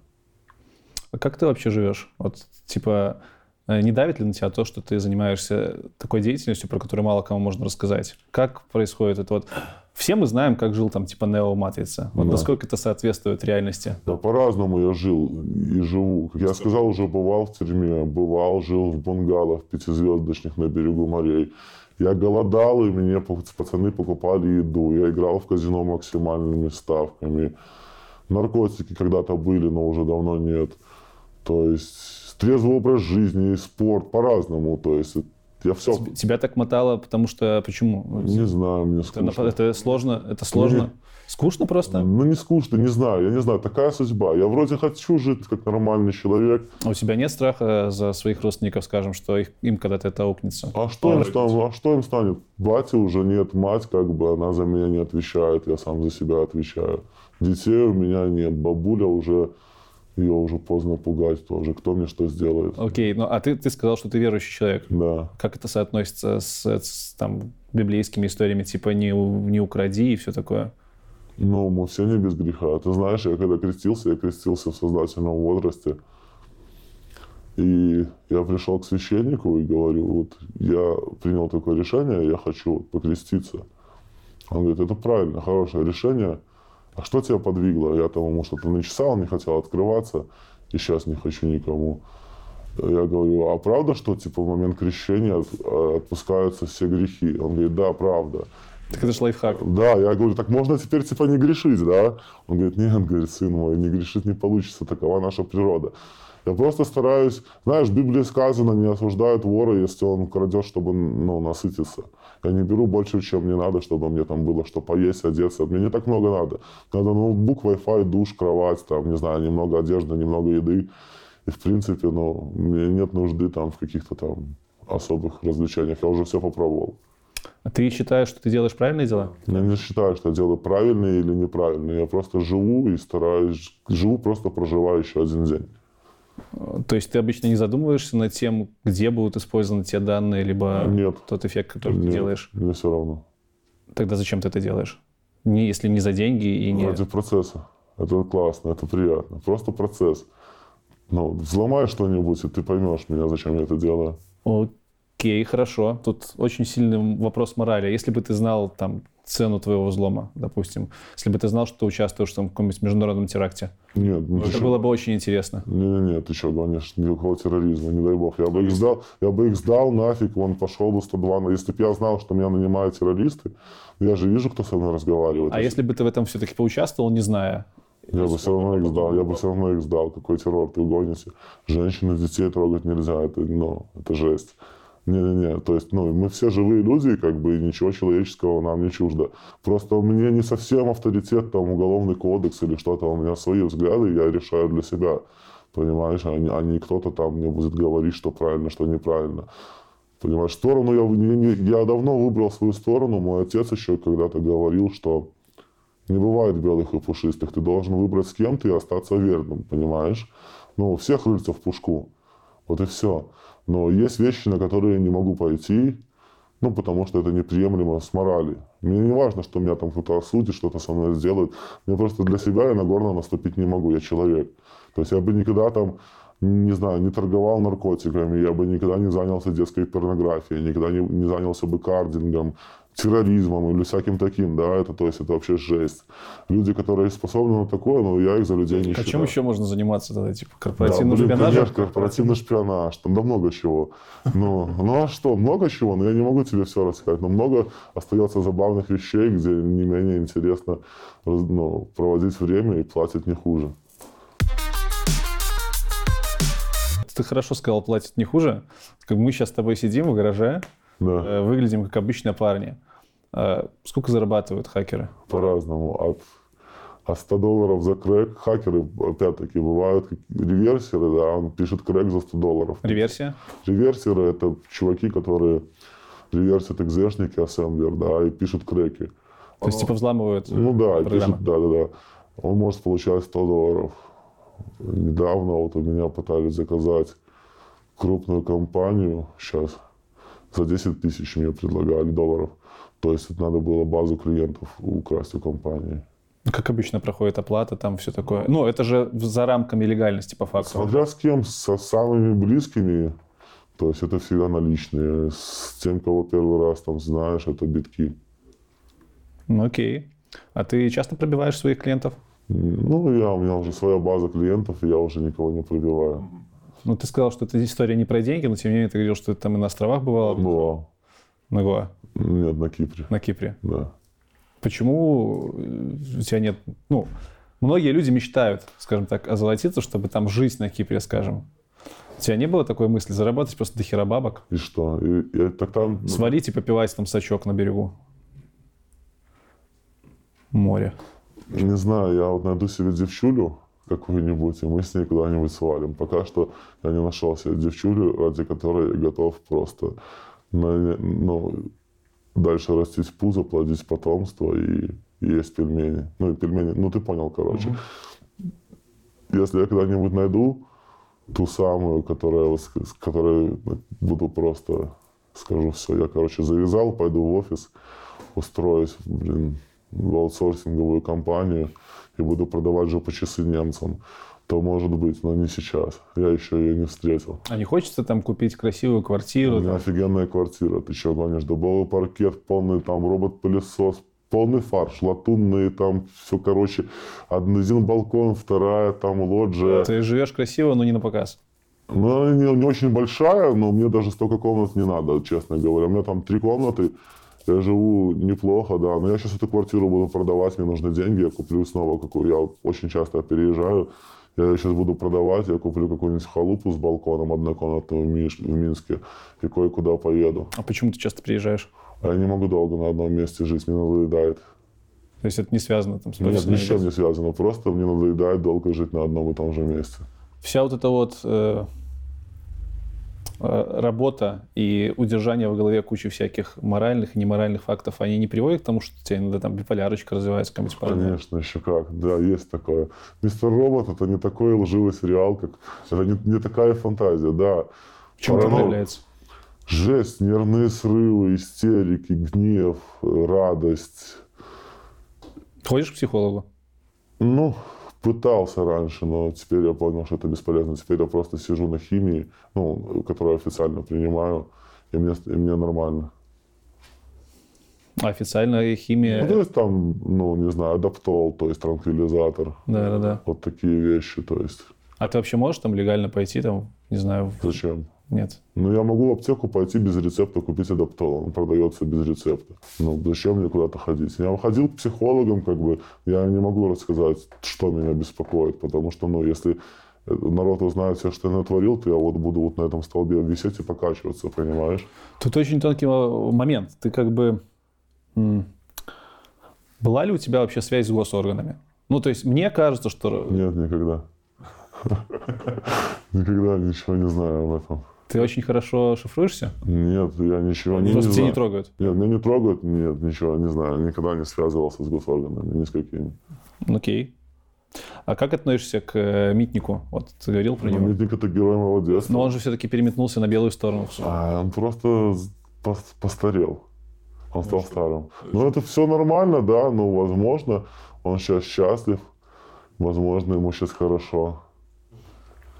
А как ты вообще живешь? Вот, типа, не давит ли на тебя то, что ты занимаешься такой деятельностью, про которую мало кому можно рассказать? Как происходит это вот? Все мы знаем, как жил там типа Нео Матрица. Вот да. Насколько это соответствует реальности? Да, по-разному я жил и живу. Как я сказал, уже бывал в тюрьме, бывал, жил в бунгало, в пятизвездочных на берегу морей. Я голодал, и мне пацаны покупали еду. Я играл в казино максимальными ставками. Наркотики когда-то были, но уже давно нет. То есть трезвый образ жизни и спорт по-разному. То есть я все... Тебя так мотало, потому что... Почему? Не знаю, мне скучно. Это, это сложно? Это сложно? Мне... Скучно просто? Ну, не скучно, не знаю. Я не знаю, такая судьба. Я вроде хочу жить как нормальный человек. А у тебя нет страха за своих родственников, скажем, что их, им когда-то это аукнется? А что, им станет, а что им станет? Бати уже нет, мать как бы, она за меня не отвечает, я сам за себя отвечаю. Детей у меня нет, бабуля уже... Ее уже поздно пугать тоже. Кто мне что сделает? Окей, okay, ну а ты, ты сказал, что ты верующий человек. Да. Как это соотносится с, с там, библейскими историями, типа «не, не укради» и все такое? Ну, мы все не без греха. Ты знаешь, я когда крестился, я крестился в сознательном возрасте. И я пришел к священнику и говорю, вот я принял такое решение, я хочу покреститься. Он говорит, это правильно, хорошее решение. А что тебя подвигло? Я там ему что-то начесал, не хотел открываться, и сейчас не хочу никому. Я говорю, а правда, что типа в момент крещения отпускаются все грехи? Он говорит, да, правда. Так это же лайфхак. Да, я говорю, так можно теперь типа не грешить, да? Он говорит, нет, говорит, сын мой, не грешить не получится, такова наша природа. Я просто стараюсь, знаешь, в Библии сказано, не осуждают вора, если он крадет, чтобы, ну, насытиться. Я не беру больше, чем мне надо, чтобы мне там было что поесть, одеться. Мне не так много надо. Надо ноутбук, Wi-Fi, душ, кровать, там, не знаю, немного одежды, немного еды. И, в принципе, ну, мне нет нужды там в каких-то там особых развлечениях. Я уже все попробовал. А ты считаешь, что ты делаешь правильные дела? Я не считаю, что я делаю правильные или неправильные. Я просто живу и стараюсь, живу, просто проживаю еще один день. То есть ты обычно не задумываешься над тем, где будут использованы те данные, либо Нет. тот эффект, который Нет, ты делаешь? Мне все равно. Тогда зачем ты это делаешь? Не, если не за деньги и не... Ради процесса. Это классно, это приятно. Просто процесс. Ну, взломай что-нибудь, и ты поймешь меня, зачем я это делаю. Окей, хорошо. Тут очень сильный вопрос морали. Если бы ты знал там цену твоего взлома, допустим, если бы ты знал, что ты участвуешь там, в каком-нибудь международном теракте, нет, это еще... было бы очень интересно. Нет, ты что гонишь? Никакого терроризма, не дай бог. Я бы их сдал, я бы их сдал нафиг, он пошел бы сто два. Но если бы я знал, что меня нанимают террористы, я же вижу, кто со мной разговаривает. А если бы ты в этом все-таки поучаствовал, не зная? Я бы все равно их сдал, я бы все равно их сдал. Какой террор, ты гоните? Женщин и детей трогать нельзя, это, ну, это жесть. Не-не-не, то есть, ну, мы все живые люди, как бы, и ничего человеческого нам не чуждо. Просто мне не совсем авторитет, там, уголовный кодекс или что-то, у меня свои взгляды, я решаю для себя, понимаешь, а не, а не кто-то там мне будет говорить, что правильно, что неправильно. Понимаешь, сторону я, не, не, я давно выбрал свою сторону, мой отец еще когда-то говорил, что не бывает белых и пушистых, ты должен выбрать с кем-то и остаться верным, понимаешь. Ну, у всех рыльца в пушку, вот и все. Но есть вещи, на которые я не могу пойти, ну, потому что это неприемлемо с морали. Мне не важно, что меня там кто-то осудит, что-то со мной сделает. Мне просто для себя я на горло наступить не могу, я человек. То есть я бы никогда там не знаю, не торговал наркотиками, я бы никогда не занялся детской порнографией, никогда не, не занялся бы кардингом, терроризмом или всяким таким, да, это, то есть, это вообще жесть. Люди, которые способны на такое, ну, я их за людей не а считаю. чем еще можно заниматься тогда, типа, корпоративным да, блин, шпионажем? Конечно, корпоративный шпионаж, там, да много чего. Ну, ну, а что, много чего, но я не могу тебе все рассказать, но много остается забавных вещей, где не менее интересно, ну, проводить время и платят не хуже. Ты хорошо сказал, платят не хуже. Как мы сейчас с тобой сидим в гараже, Да. выглядим как обычные парни. Сколько зарабатывают хакеры? По-разному. От, от ста долларов за крэк. Хакеры, опять-таки, бывают реверсеры, да, он пишет крэк за сто долларов. Реверсия? Реверсеры – это чуваки, которые реверсят экзешники, ассемблер, да, и пишут крэки. То есть, типа, взламывают Ну да, программы. пишут, да-да-да. Он может получать сто долларов. Недавно вот у меня пытались заказать крупную компанию сейчас. За десять тысяч мне предлагали долларов. То есть это надо было базу клиентов украсть у компании. Как обычно проходит оплата, там все такое. Ну, это же за рамками легальности, по факту. Смотря с кем, со самыми близкими, то есть это всегда наличные. С тем, кого первый раз там знаешь, это битки. Ну, окей. А ты часто пробиваешь своих клиентов? Ну, я, у меня уже своя база клиентов, и я уже никого не пробиваю. Ну, ты сказал, что эта история не про деньги, но тем не менее ты говорил, что ты там и на островах бывало. Бывал. На Гоа? Нет, на Кипре. На Кипре. Да. Почему у тебя нет... Ну, многие люди мечтают, скажем так, озолотиться, чтобы там жить на Кипре, скажем. У тебя не было такой мысли зарабатывать просто до хера бабок? И что? И, и, так там... Свалить и попивать там сачок на берегу. Море. Не знаю, я вот найду себе девчулю какую-нибудь, и мы с ней куда-нибудь свалим. Пока что я не нашел себе девчулю, ради которой я готов просто на, ну, дальше растить пузо, плодить потомство и есть пельмени. Ну, и пельмени, ну, ты понял, короче. Mm-hmm. Если я когда-нибудь найду ту самую, которая, с которой буду просто, скажу, все, я, короче, завязал, пойду в офис, устроюсь, блин, в аутсорсинговую компанию и буду продавать жопочасы немцам, то может быть, но не сейчас. Я еще ее не встретил. А не хочется там купить красивую квартиру? У меня там офигенная квартира. Ты что гонишь? Дубовый паркет, полный там робот-пылесос, полный фарш, латунный там все, короче, один балкон, вторая там лоджия. Ты живешь красиво, но не на показ. Ну, она не, не очень большая, но мне даже столько комнат не надо, честно говоря. У меня там три комнаты. Я живу неплохо, да, но я сейчас эту квартиру буду продавать, мне нужны деньги, я куплю снова какую. Я очень часто переезжаю, я ее сейчас буду продавать, я куплю какую-нибудь халупу с балконом однокомнатную в Минске и кое-куда поеду. А почему ты часто приезжаешь? А я не могу долго на одном месте жить, мне надоедает. То есть это не связано там с Нет, ни с чем не связано, просто мне надоедает долго жить на одном и том же месте. Вся вот эта вот... Э... работа и удержание в голове кучи всяких моральных и неморальных фактов, они не приводят к тому, что у тебя иногда там биполярочка развивается, какая-нибудь паранойя? Конечно, еще как. Да, есть такое. Мистер Робот — это не такой лживый сериал, как... Это не, не такая фантазия, да. В чем это проявляется? Жесть, нервные срывы, истерики, гнев, радость. Ходишь к психологу? Ну... Пытался раньше, но теперь я понял, что это бесполезно. Теперь я просто сижу на химии, ну, которую официально принимаю, и мне, и мне нормально. А официальная химия? Ну, то есть там, ну, не знаю, адаптол, то есть транквилизатор. Да, да, да. Вот такие вещи, то есть. А ты вообще можешь там легально пойти, там, не знаю? Зачем? Нет. Ну, я могу в аптеку пойти без рецепта купить адаптол. Он продается без рецепта. Ну, зачем мне куда-то ходить? Я ходил к психологам, как бы, я не могу рассказать, что меня беспокоит, потому что, ну, если народ узнает все, что я натворил, то я вот буду вот на этом столбе висеть и покачиваться, понимаешь? Тут очень тонкий момент. Ты как бы... Была ли у тебя вообще связь с госорганами? Ну, то есть, мне кажется, что... Нет, никогда. Никогда ничего не знаю об этом. Ты очень хорошо шифруешься? Нет, я ничего не, не Просто знаю. тебя не трогают? Нет, меня не трогают, нет, ничего не знаю. Никогда не связывался с госорганами, ни с какими. Окей. А как относишься к Митнику? Вот ты говорил про ну, него. Митник — это герой моего детства. Но он же все-таки переметнулся на белую сторону. А, он просто постарел. Он стал старым. Ну, это все нормально, да, ну, возможно, он сейчас счастлив. Возможно, ему сейчас хорошо.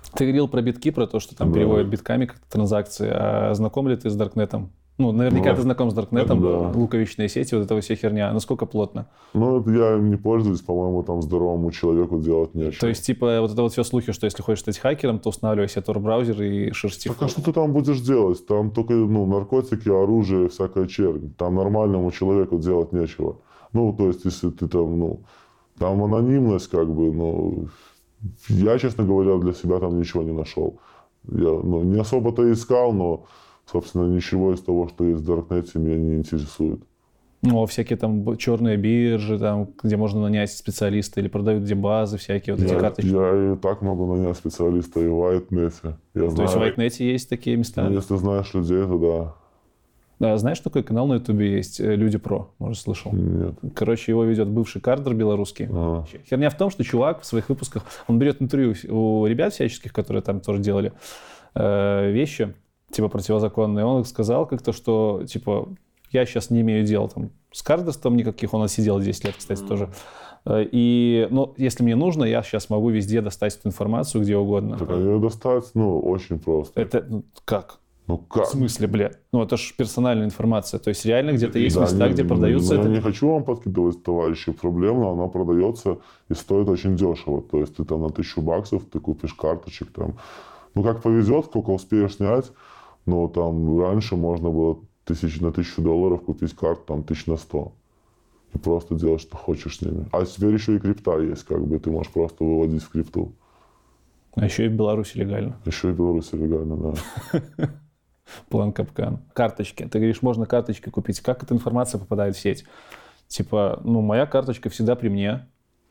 Ты говорил про битки, про то, что там да. переводят битками как-то транзакции. А знаком ли ты с Даркнетом? Ну, наверняка ну, ты знаком с Даркнетом, да. луковичные сети, вот эта вся херня. Насколько плотно? Ну, это я им не пользуюсь, по-моему, там здоровому человеку делать нечего. То есть, типа, вот это вот все слухи, что если хочешь стать хакером, то устанавливай себе Tor-браузер и шерсти. Так а что ты там будешь делать? Там только ну, наркотики, оружие, всякая чернь. Там нормальному человеку делать нечего. Ну, то есть, если ты там, ну, там анонимность, как бы, ну, я, честно говоря, для себя там ничего не нашел. Я, ну, не особо-то искал, но, собственно, ничего из того, что есть в Даркнете, меня не интересует. Ну, а всякие там черные биржи, там, где можно нанять специалиста, или продают где базы всякие, вот я, эти карточки. Я и так могу нанять специалиста и в Whitenet'е. То знаю, есть в Whitenet'е есть такие места? Ну, если знаешь людей, то да. Да, знаешь, такой канал на Ютубе есть «Люди Про», может, слышал? Нет. Короче, его ведет бывший кардер белорусский. Ага. Херня в том, что чувак в своих выпусках, он берет интервью у ребят всяческих, которые там тоже делали э, вещи, типа противозаконные. Он сказал как-то, что, типа, я сейчас не имею дела там с кардерством никаких, он отсидел десять лет, кстати, mm-hmm. тоже. И, ну, если мне нужно, я сейчас могу везде достать эту информацию, где угодно. Так ее достать, ну, очень просто. Это, ну, как? Ну как? В смысле, блядь? Ну, это же персональная информация. То есть реально где-то есть да, места, не, где продаются... Я это... не хочу вам подкидывать, товарищи, проблема, она продается и стоит очень дешево. То есть ты там на тысячу баксов, ты купишь карточек там. Ну, как повезет, сколько успеешь снять. Но там раньше можно было тысяч, на тысячу долларов купить карт, там, тысяч на сто. И просто делать, что хочешь с ними. А теперь еще и крипта есть, как бы. Ты можешь просто выводить в крипту. А еще и в Беларуси легально. Еще и в Беларуси легально, да. План капкан. Карточки. Ты говоришь, можно карточки купить. Как эта информация попадает в сеть? Типа, ну, моя карточка всегда при мне.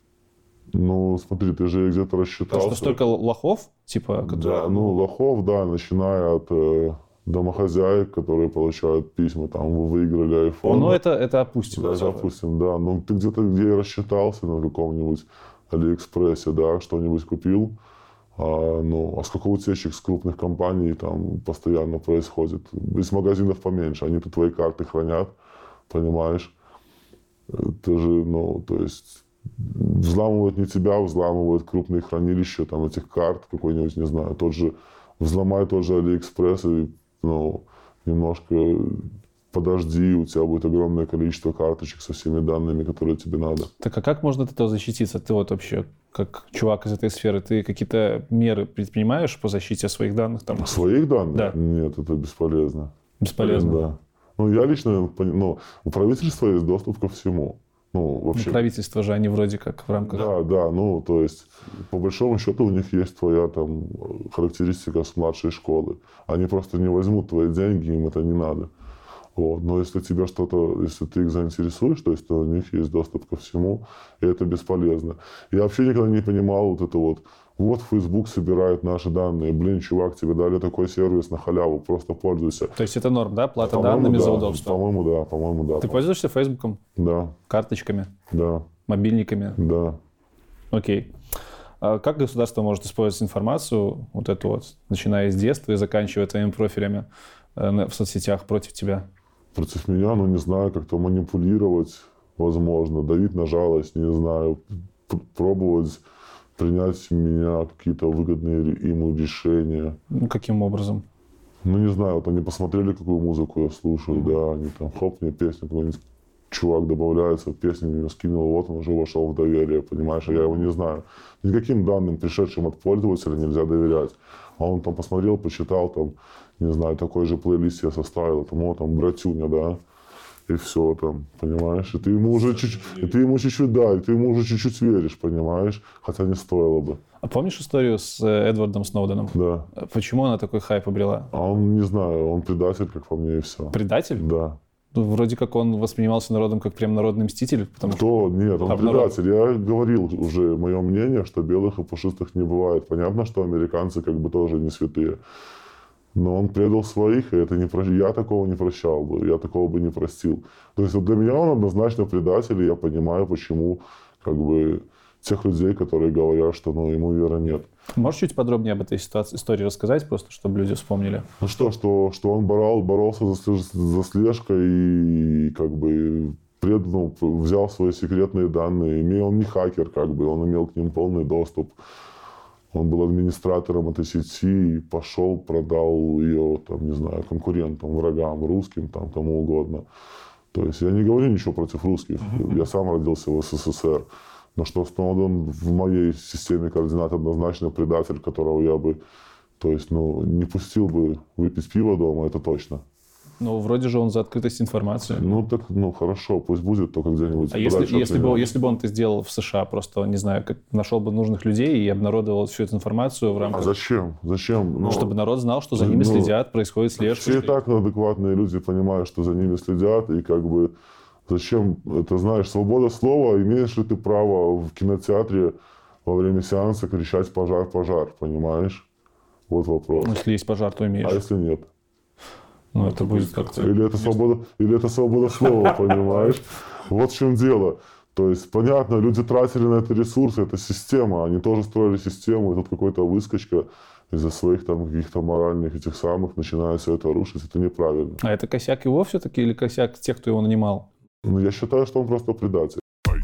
Ну, смотри, ты же где-то рассчитался. Потому что столько лохов, типа... Которые... Да, ну, лохов, да, начиная от э, домохозяек, которые получают письма, там, вы выиграли айфон. Ну, это, это опустим. Да, это опустим, да. Ну, ты где-то где и рассчитался на каком-нибудь Алиэкспрессе, да, что-нибудь купил. А, ну, а сколько утечек с крупных компаний там постоянно происходит. Из магазинов поменьше, они тут твои карты хранят, понимаешь. Это же, ну, то есть, взламывают не тебя, взламывают крупные хранилища там этих карт, какой-нибудь, не знаю, тот же, взломай тот же Алиэкспресс и, ну, немножко подожди, у тебя будет огромное количество карточек со всеми данными, которые тебе надо. Так а как можно от этого защититься? Ты вот вообще, как чувак из этой сферы, ты какие-то меры предпринимаешь по защите своих данных? Там? Своих данных? Да. Нет, это бесполезно. Бесполезно? Да. Ну, я лично, ну, у правительства есть доступ ко всему. Ну, вообще. Ну, правительство же, они вроде как в рамках... Да, да, ну, то есть, по большому счету, у них есть твоя там характеристика с младшей школы. Они просто не возьмут твои деньги, им это не надо. Вот. Но если тебя что-то, если ты их заинтересуешь, то есть то у них есть доступ ко всему, и это бесполезно. Я вообще никогда не понимал вот это вот, вот Facebook собирает наши данные, блин, чувак, тебе дали такой сервис на халяву, просто пользуйся. То есть это норм, да? Плата по-моему, данными да. за удобство? По-моему, да, по-моему, да. Ты пользуешься Фейсбуком? Да. Карточками? Да. Мобильниками? Да. Окей. А как государство может использовать информацию, вот эту вот, начиная с детства и заканчивая твоими профилями в соцсетях против тебя? Против меня, ну, не знаю, как-то манипулировать, возможно, давить на жалость, не знаю, пробовать принять у меня какие-то выгодные ему решения. Ну, каким образом? Ну, не знаю, вот они посмотрели, какую музыку я слушаю, mm-hmm. да, они там, хоп, мне песню, какой-нибудь чувак добавляется, песню мне скинул, вот он уже вошел в доверие, понимаешь, а я его не знаю. Никаким данным, пришедшим от пользователя, нельзя доверять. А он там посмотрел, почитал, там, не знаю, такой же плейлист я составил, там, вот, там, братюня, да, и все там, понимаешь, и ты ему уже чуть-чуть, и ты ему чуть-чуть, да, и ты ему уже чуть-чуть веришь, понимаешь, хотя не стоило бы. А помнишь историю с Эдвардом Сноуденом? Да. Почему она такой хайп обрела? А он, не знаю, он предатель, как по мне, и все. Предатель? Да. Вроде как он воспринимался народом как прям народный мститель. Потому Кто? что... Нет, он а предатель. Народ... Я говорил уже, мое мнение, что белых и пушистых не бывает. Понятно, что американцы как бы тоже не святые. Но он предал своих, и это не про... я такого не прощал бы, я такого бы не простил. То есть вот для меня он однозначно предатель, и я понимаю, почему как бы тех людей, которые говорят, что ну, ему веры нет. Можешь чуть подробнее об этой ситуации, истории рассказать, просто чтобы люди вспомнили? Ну что, что, что он борол, боролся за, за слежкой и как бы пред, ну, взял свои секретные данные. Имел, он не хакер, как бы, он имел к ним полный доступ. Он был администратором этой сети и пошел, продал ее, там, не знаю, конкурентам, врагам, русским, там, кому угодно. То есть я не говорю ничего против русских. Mm-hmm. Я сам родился в СССР. Но что Сноуден в моей системе координат однозначно предатель, которого я бы, то есть, ну, не пустил бы выпить пиво дома, это точно. Ну, вроде же он за открытость информации. Ну, так, ну, хорошо, пусть будет, только где-нибудь. А если, если, бы, если бы он это сделал в США, просто, не знаю, как нашел бы нужных людей и обнародовал всю эту информацию в рамках... А зачем? Зачем? Ну, чтобы народ знал, что за ними ну, следят, происходит слежка. Все и так адекватные люди понимают, что за ними следят, и как бы зачем, это знаешь, свобода слова, имеешь ли ты право в кинотеатре во время сеанса кричать «пожар, пожар», понимаешь? Вот вопрос. Если есть пожар, то имеешь. А если нет? Ну, это будет как-то... Или это свобода, или это свобода слова, понимаешь? Вот в чем дело. То есть, понятно, люди тратили на это ресурсы, это система. Они тоже строили систему, и тут какой-то выскочка из-за своих там каких-то моральных этих самых начинает все это рушить. Это неправильно. А это косяк его все-таки или косяк тех, кто его нанимал? Ну, я считаю, что он просто предатель.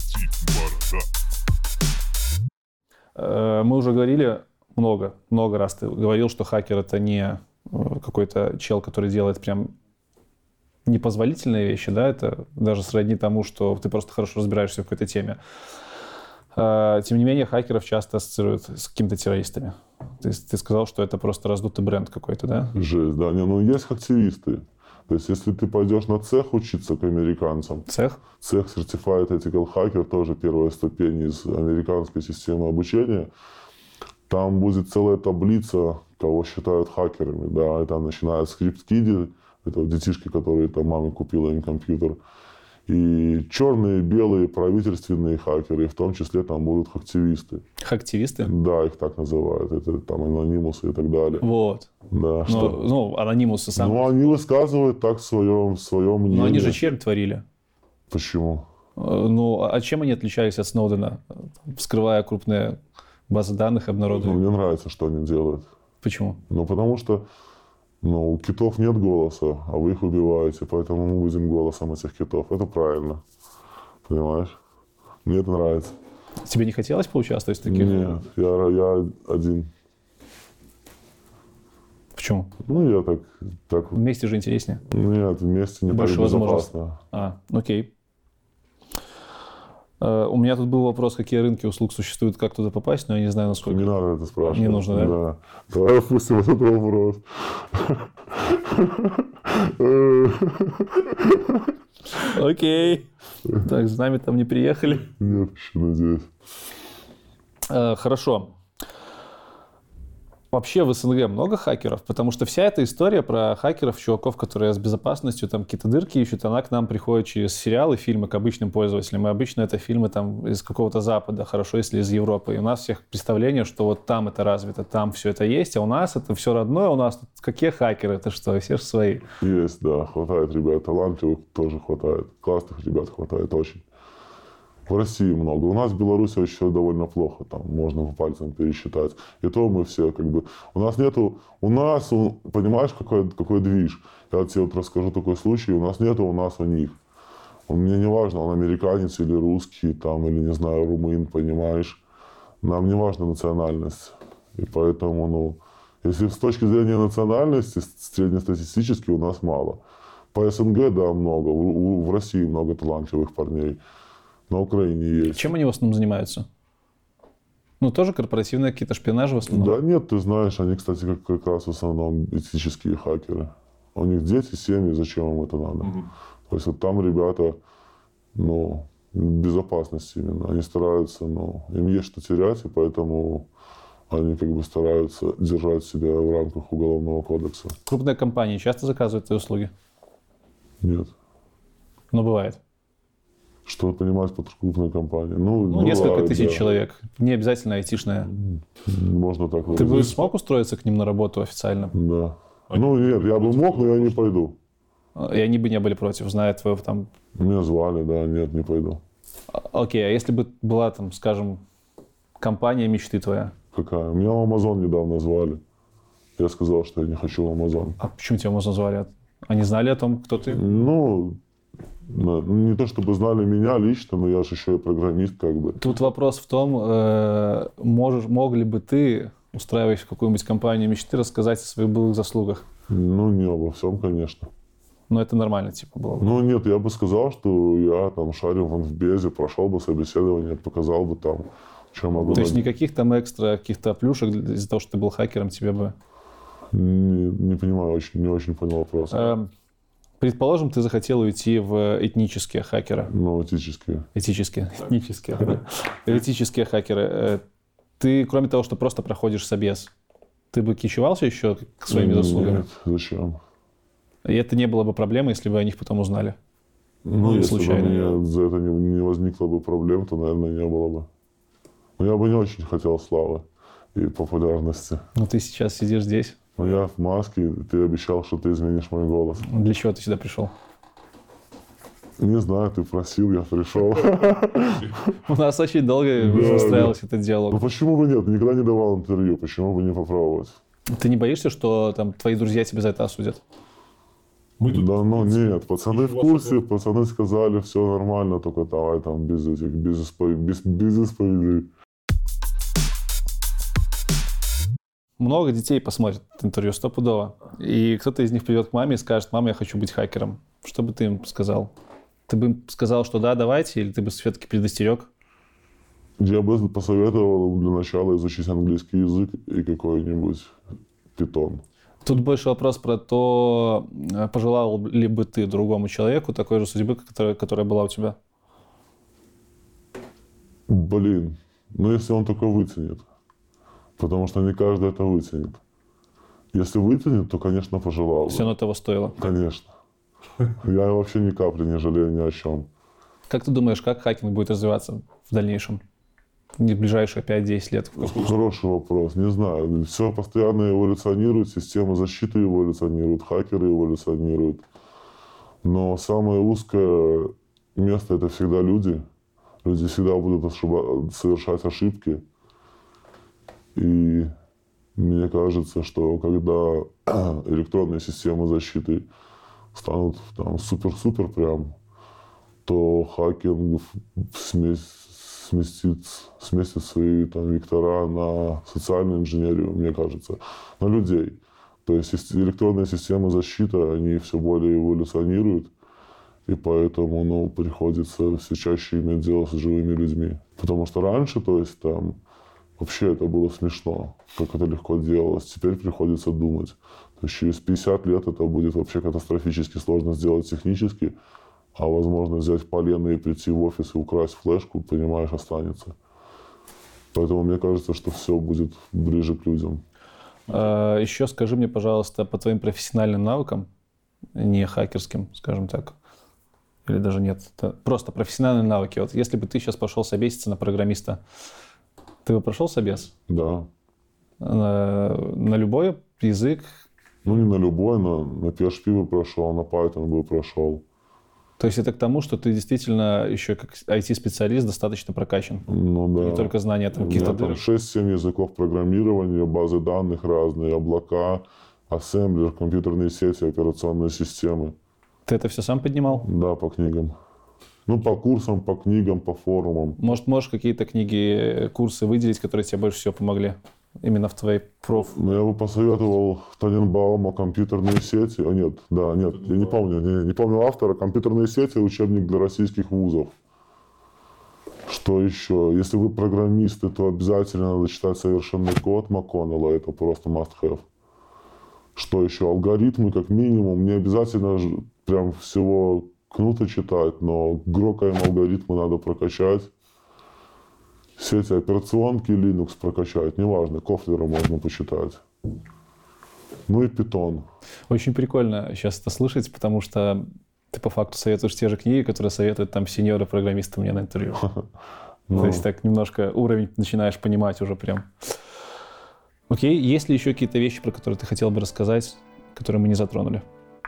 Мы уже говорили много, много раз ты говорил, что хакер это не... какой-то чел, который делает прям непозволительные вещи, да, это даже сродни тому, что ты просто хорошо разбираешься в какой-то теме. Тем не менее, хакеров часто ассоциируют с какими-то террористами. Ты, ты сказал, что это просто раздутый бренд какой-то, да? Жесть, да. Не, ну, есть активисты. То есть, если ты пойдешь на цех учиться к американцам... Цех? Цех Certified Ethical Hacker, тоже первая ступень из американской системы обучения. Там будет целая таблица, кого считают хакерами, да, и там начинают скрипт-киди, это детишки, которые там мама купила им компьютер, и черные, белые правительственные хакеры, в том числе там будут хактивисты. Хактивисты? Да, их так называют, это там анонимусы и так далее. Вот. Да, что... ну, ну, анонимусы сами. Ну, они высказывают так в своем, в своем мнении. Но они же чернь творили. Почему? Ну, а чем они отличались от Сноудена, вскрывая крупные базы данных, обнародовали? Ну, мне нравится, что они делают. Почему? Ну, потому что ну, у китов нет голоса, а вы их убиваете, поэтому мы будем голосом этих китов. Это правильно. Понимаешь? Мне это нравится. Тебе не хотелось поучаствовать в таких? Нет, я, я один. Почему? Ну, я так... так... Вместе же интереснее? Нет, вместе не больше так безопасно. А, окей. Uh, у меня тут был вопрос, какие рынки услуг существуют, как туда попасть, но я не знаю, насколько... Не надо это спрашивать. Не нужно, да? Да. Давай опустим этот вопрос. Окей. Так, с нами там не приехали? Нет, еще надеюсь. Хорошо. Вообще в СНГ много хакеров, потому что вся эта история про хакеров, чуваков, которые с безопасностью там какие-то дырки ищут, она к нам приходит через сериалы, фильмы к обычным пользователям. И обычно это фильмы там из какого-то Запада, хорошо, если из Европы. И у нас всех представление, что вот там это развито, там все это есть, а у нас это все родное, у нас тут какие хакеры, это что, все же свои. Есть, да, хватает ребят, талантливых тоже хватает, классных ребят хватает очень. В России много. У нас в Беларуси еще довольно плохо. Там можно по пальцам пересчитать. И то мы все как бы... У нас нету... У нас, понимаешь, какой, какой движ? Я тебе вот расскажу такой случай. У нас нету у нас у них. Мне не важно, он американец или русский, там, или, не знаю, румын, понимаешь. Нам не важна национальность. И поэтому, ну... Если с точки зрения национальности, среднестатистически у нас мало. По СНГ, да, много. В, в России много талантливых парней. На Украине есть. Чем они в основном занимаются? Ну, тоже корпоративные какие-то шпионажи в основном? Да нет, ты знаешь, они, кстати, как, как раз в основном этические хакеры. У них дети, семьи, зачем им это надо? Угу. То есть вот там ребята, ну, безопасность именно. Они стараются, ну, им есть что терять, и поэтому они как бы стараются держать себя в рамках уголовного кодекса. Крупные компании часто заказывают твои услуги? Нет. Но бывает. Что понимать под крупной компанией? Ну, ну несколько бывает, тысяч да. человек. Не обязательно айтишная. Можно так Ты бы смог устроиться к ним на работу официально? Да. Ну нет, я бы мог, но я не пойду. И они бы не были против, зная твоего там... Меня звали, да, нет, не пойду. Окей, а если бы была там, скажем, компания мечты твоя? Какая? Меня в Amazon недавно звали. Я сказал, что я не хочу в Amazon. А почему тебя в Amazon звали? Они знали о том, кто ты? Ну... Не то чтобы знали меня лично, но я же еще и программист как бы. Тут вопрос в том, э, можешь, мог ли бы ты устраиваясь в какую-нибудь компанию мечты, рассказать о своих былых заслугах? Ну, не обо всем, конечно. Но это нормально, типа, было бы? Ну, нет, я бы сказал, что я там шарю в инфбезе, прошел бы собеседование, показал бы там, что могу. То есть никаких там экстра, каких-то плюшек из-за того, что ты был хакером, тебе бы... Не, не понимаю, очень, не очень понял вопрос. Эм, предположим, ты захотел уйти в этнические хакеры. Ну, этические. Этические. Этнические, да. Этические хакеры. Э, Ты, кроме того, что просто проходишь собес, ты бы кичевался еще к своими заслугами? Нет, зачем? И это не было бы проблемой, если бы о них потом узнали? Ну, если случайно. бы у меня за это не, не возникло бы проблем, то, наверное, не было бы. Но я бы не очень хотел славы и популярности. Ну, ты сейчас сидишь здесь. Но я в маске, и ты обещал, что ты изменишь мой голос. Для чего ты сюда пришел? Не знаю, ты просил, я пришел. У нас очень долго Да, выстраивался этот Ну диалог. почему бы нет? Никогда не давал интервью, почему бы не попробовать? Ты не боишься, что там твои друзья тебя за это осудят? Мы тут, Да ну в принципе, нет, пацаны в курсе, пацаны сказали, все нормально, только давай там без этих, без, испов... без, без исповедей. Много детей посмотрят это интервью стопудово. И кто-то из них придет к маме и скажет: мама, я хочу быть хакером. Что бы ты им сказал? Ты бы им сказал, что да, давайте, или ты бы все-таки предостерег? Я бы посоветовал им для начала изучить английский язык и какой-нибудь питон. Тут больше вопрос про то, пожелал ли бы ты другому человеку такой же судьбы, которая, которая была у тебя? Блин, ну если он только вытянет. Потому что не каждый это вытянет. Если вытянет, то, конечно, пожелал бы. Все равно того стоило. Конечно. Я вообще ни капли не жалею ни о чем. Как ты думаешь, как хакинг будет развиваться в дальнейшем? Не в ближайшие пять-десять лет? Хороший вопрос. Не знаю. Все постоянно эволюционирует, система защиты эволюционирует, хакеры эволюционируют. Но самое узкое место — это всегда люди. Люди всегда будут ошиба- совершать ошибки. И мне кажется, что когда электронные системы защиты станут там супер-супер прям, то хакинг сместит, сместит свои там вектора на социальную инженерию, мне кажется, на людей. То есть электронные системы защиты, они все более эволюционируют, и поэтому, ну, приходится все чаще иметь дело с живыми людьми. Потому что раньше, то есть там, вообще это было смешно, как это легко делалось. Теперь приходится думать. То есть через пятьдесят лет это будет вообще катастрофически сложно сделать технически, а возможно взять полено и прийти в офис и украсть флешку, понимаешь, останется. Поэтому мне кажется, что все будет ближе к людям. А, еще скажи мне, пожалуйста, по твоим профессиональным навыкам, не хакерским, скажем так, или даже нет, это просто профессиональные навыки. Вот если бы ты сейчас пошел собеситься на программиста, ты бы прошел собес? Да. На, на любой язык? Ну, не на любой, но на пи эйч пи бы прошел, на Python бы прошел. То есть это к тому, что ты действительно еще как ай ти-специалист достаточно прокачан? Ну да. Не только знания там, У меня каких-то... там шесть-семь языков программирования, базы данных разные, облака, ассемблер, компьютерные сети, операционные системы. Ты это все сам поднимал? Да, по книгам. Ну, по курсам, по книгам, по форумам. Может, можешь какие-то книги, курсы выделить, которые тебе больше всего помогли? Именно в твоей проф... Ну, я бы посоветовал Таненбаума «Компьютерные сети». О, нет, да, нет, я не помню, не, не помню автора. «Компьютерные сети» — учебник для российских вузов. Что еще? Если вы программисты, то обязательно надо читать «Совершенный код» МакКоннелла. Это просто must-have. Что еще? Алгоритмы, как минимум. Не обязательно прям всего кнута читать, но грокаем алгоритмы надо прокачать. Все эти операционки Linux прокачать, неважно, Кофлера можно почитать. Ну и Python. Очень прикольно сейчас это слышать, потому что ты по факту советуешь те же книги, которые советуют там сеньоры-программисты мне на интервью. То есть так немножко уровень начинаешь понимать уже прям. Окей, есть ли еще какие-то вещи, про которые ты хотел бы рассказать, которые мы не затронули?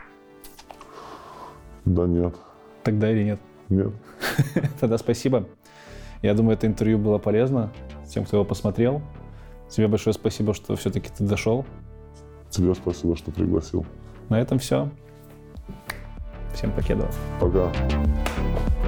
Да нет. Тогда или нет? Нет. Тогда спасибо. Я думаю, это интервью было полезно тем, кто его посмотрел. Тебе большое спасибо, что все-таки ты дошел. Тебе спасибо, что пригласил. На этом все. Всем покедова. Пока.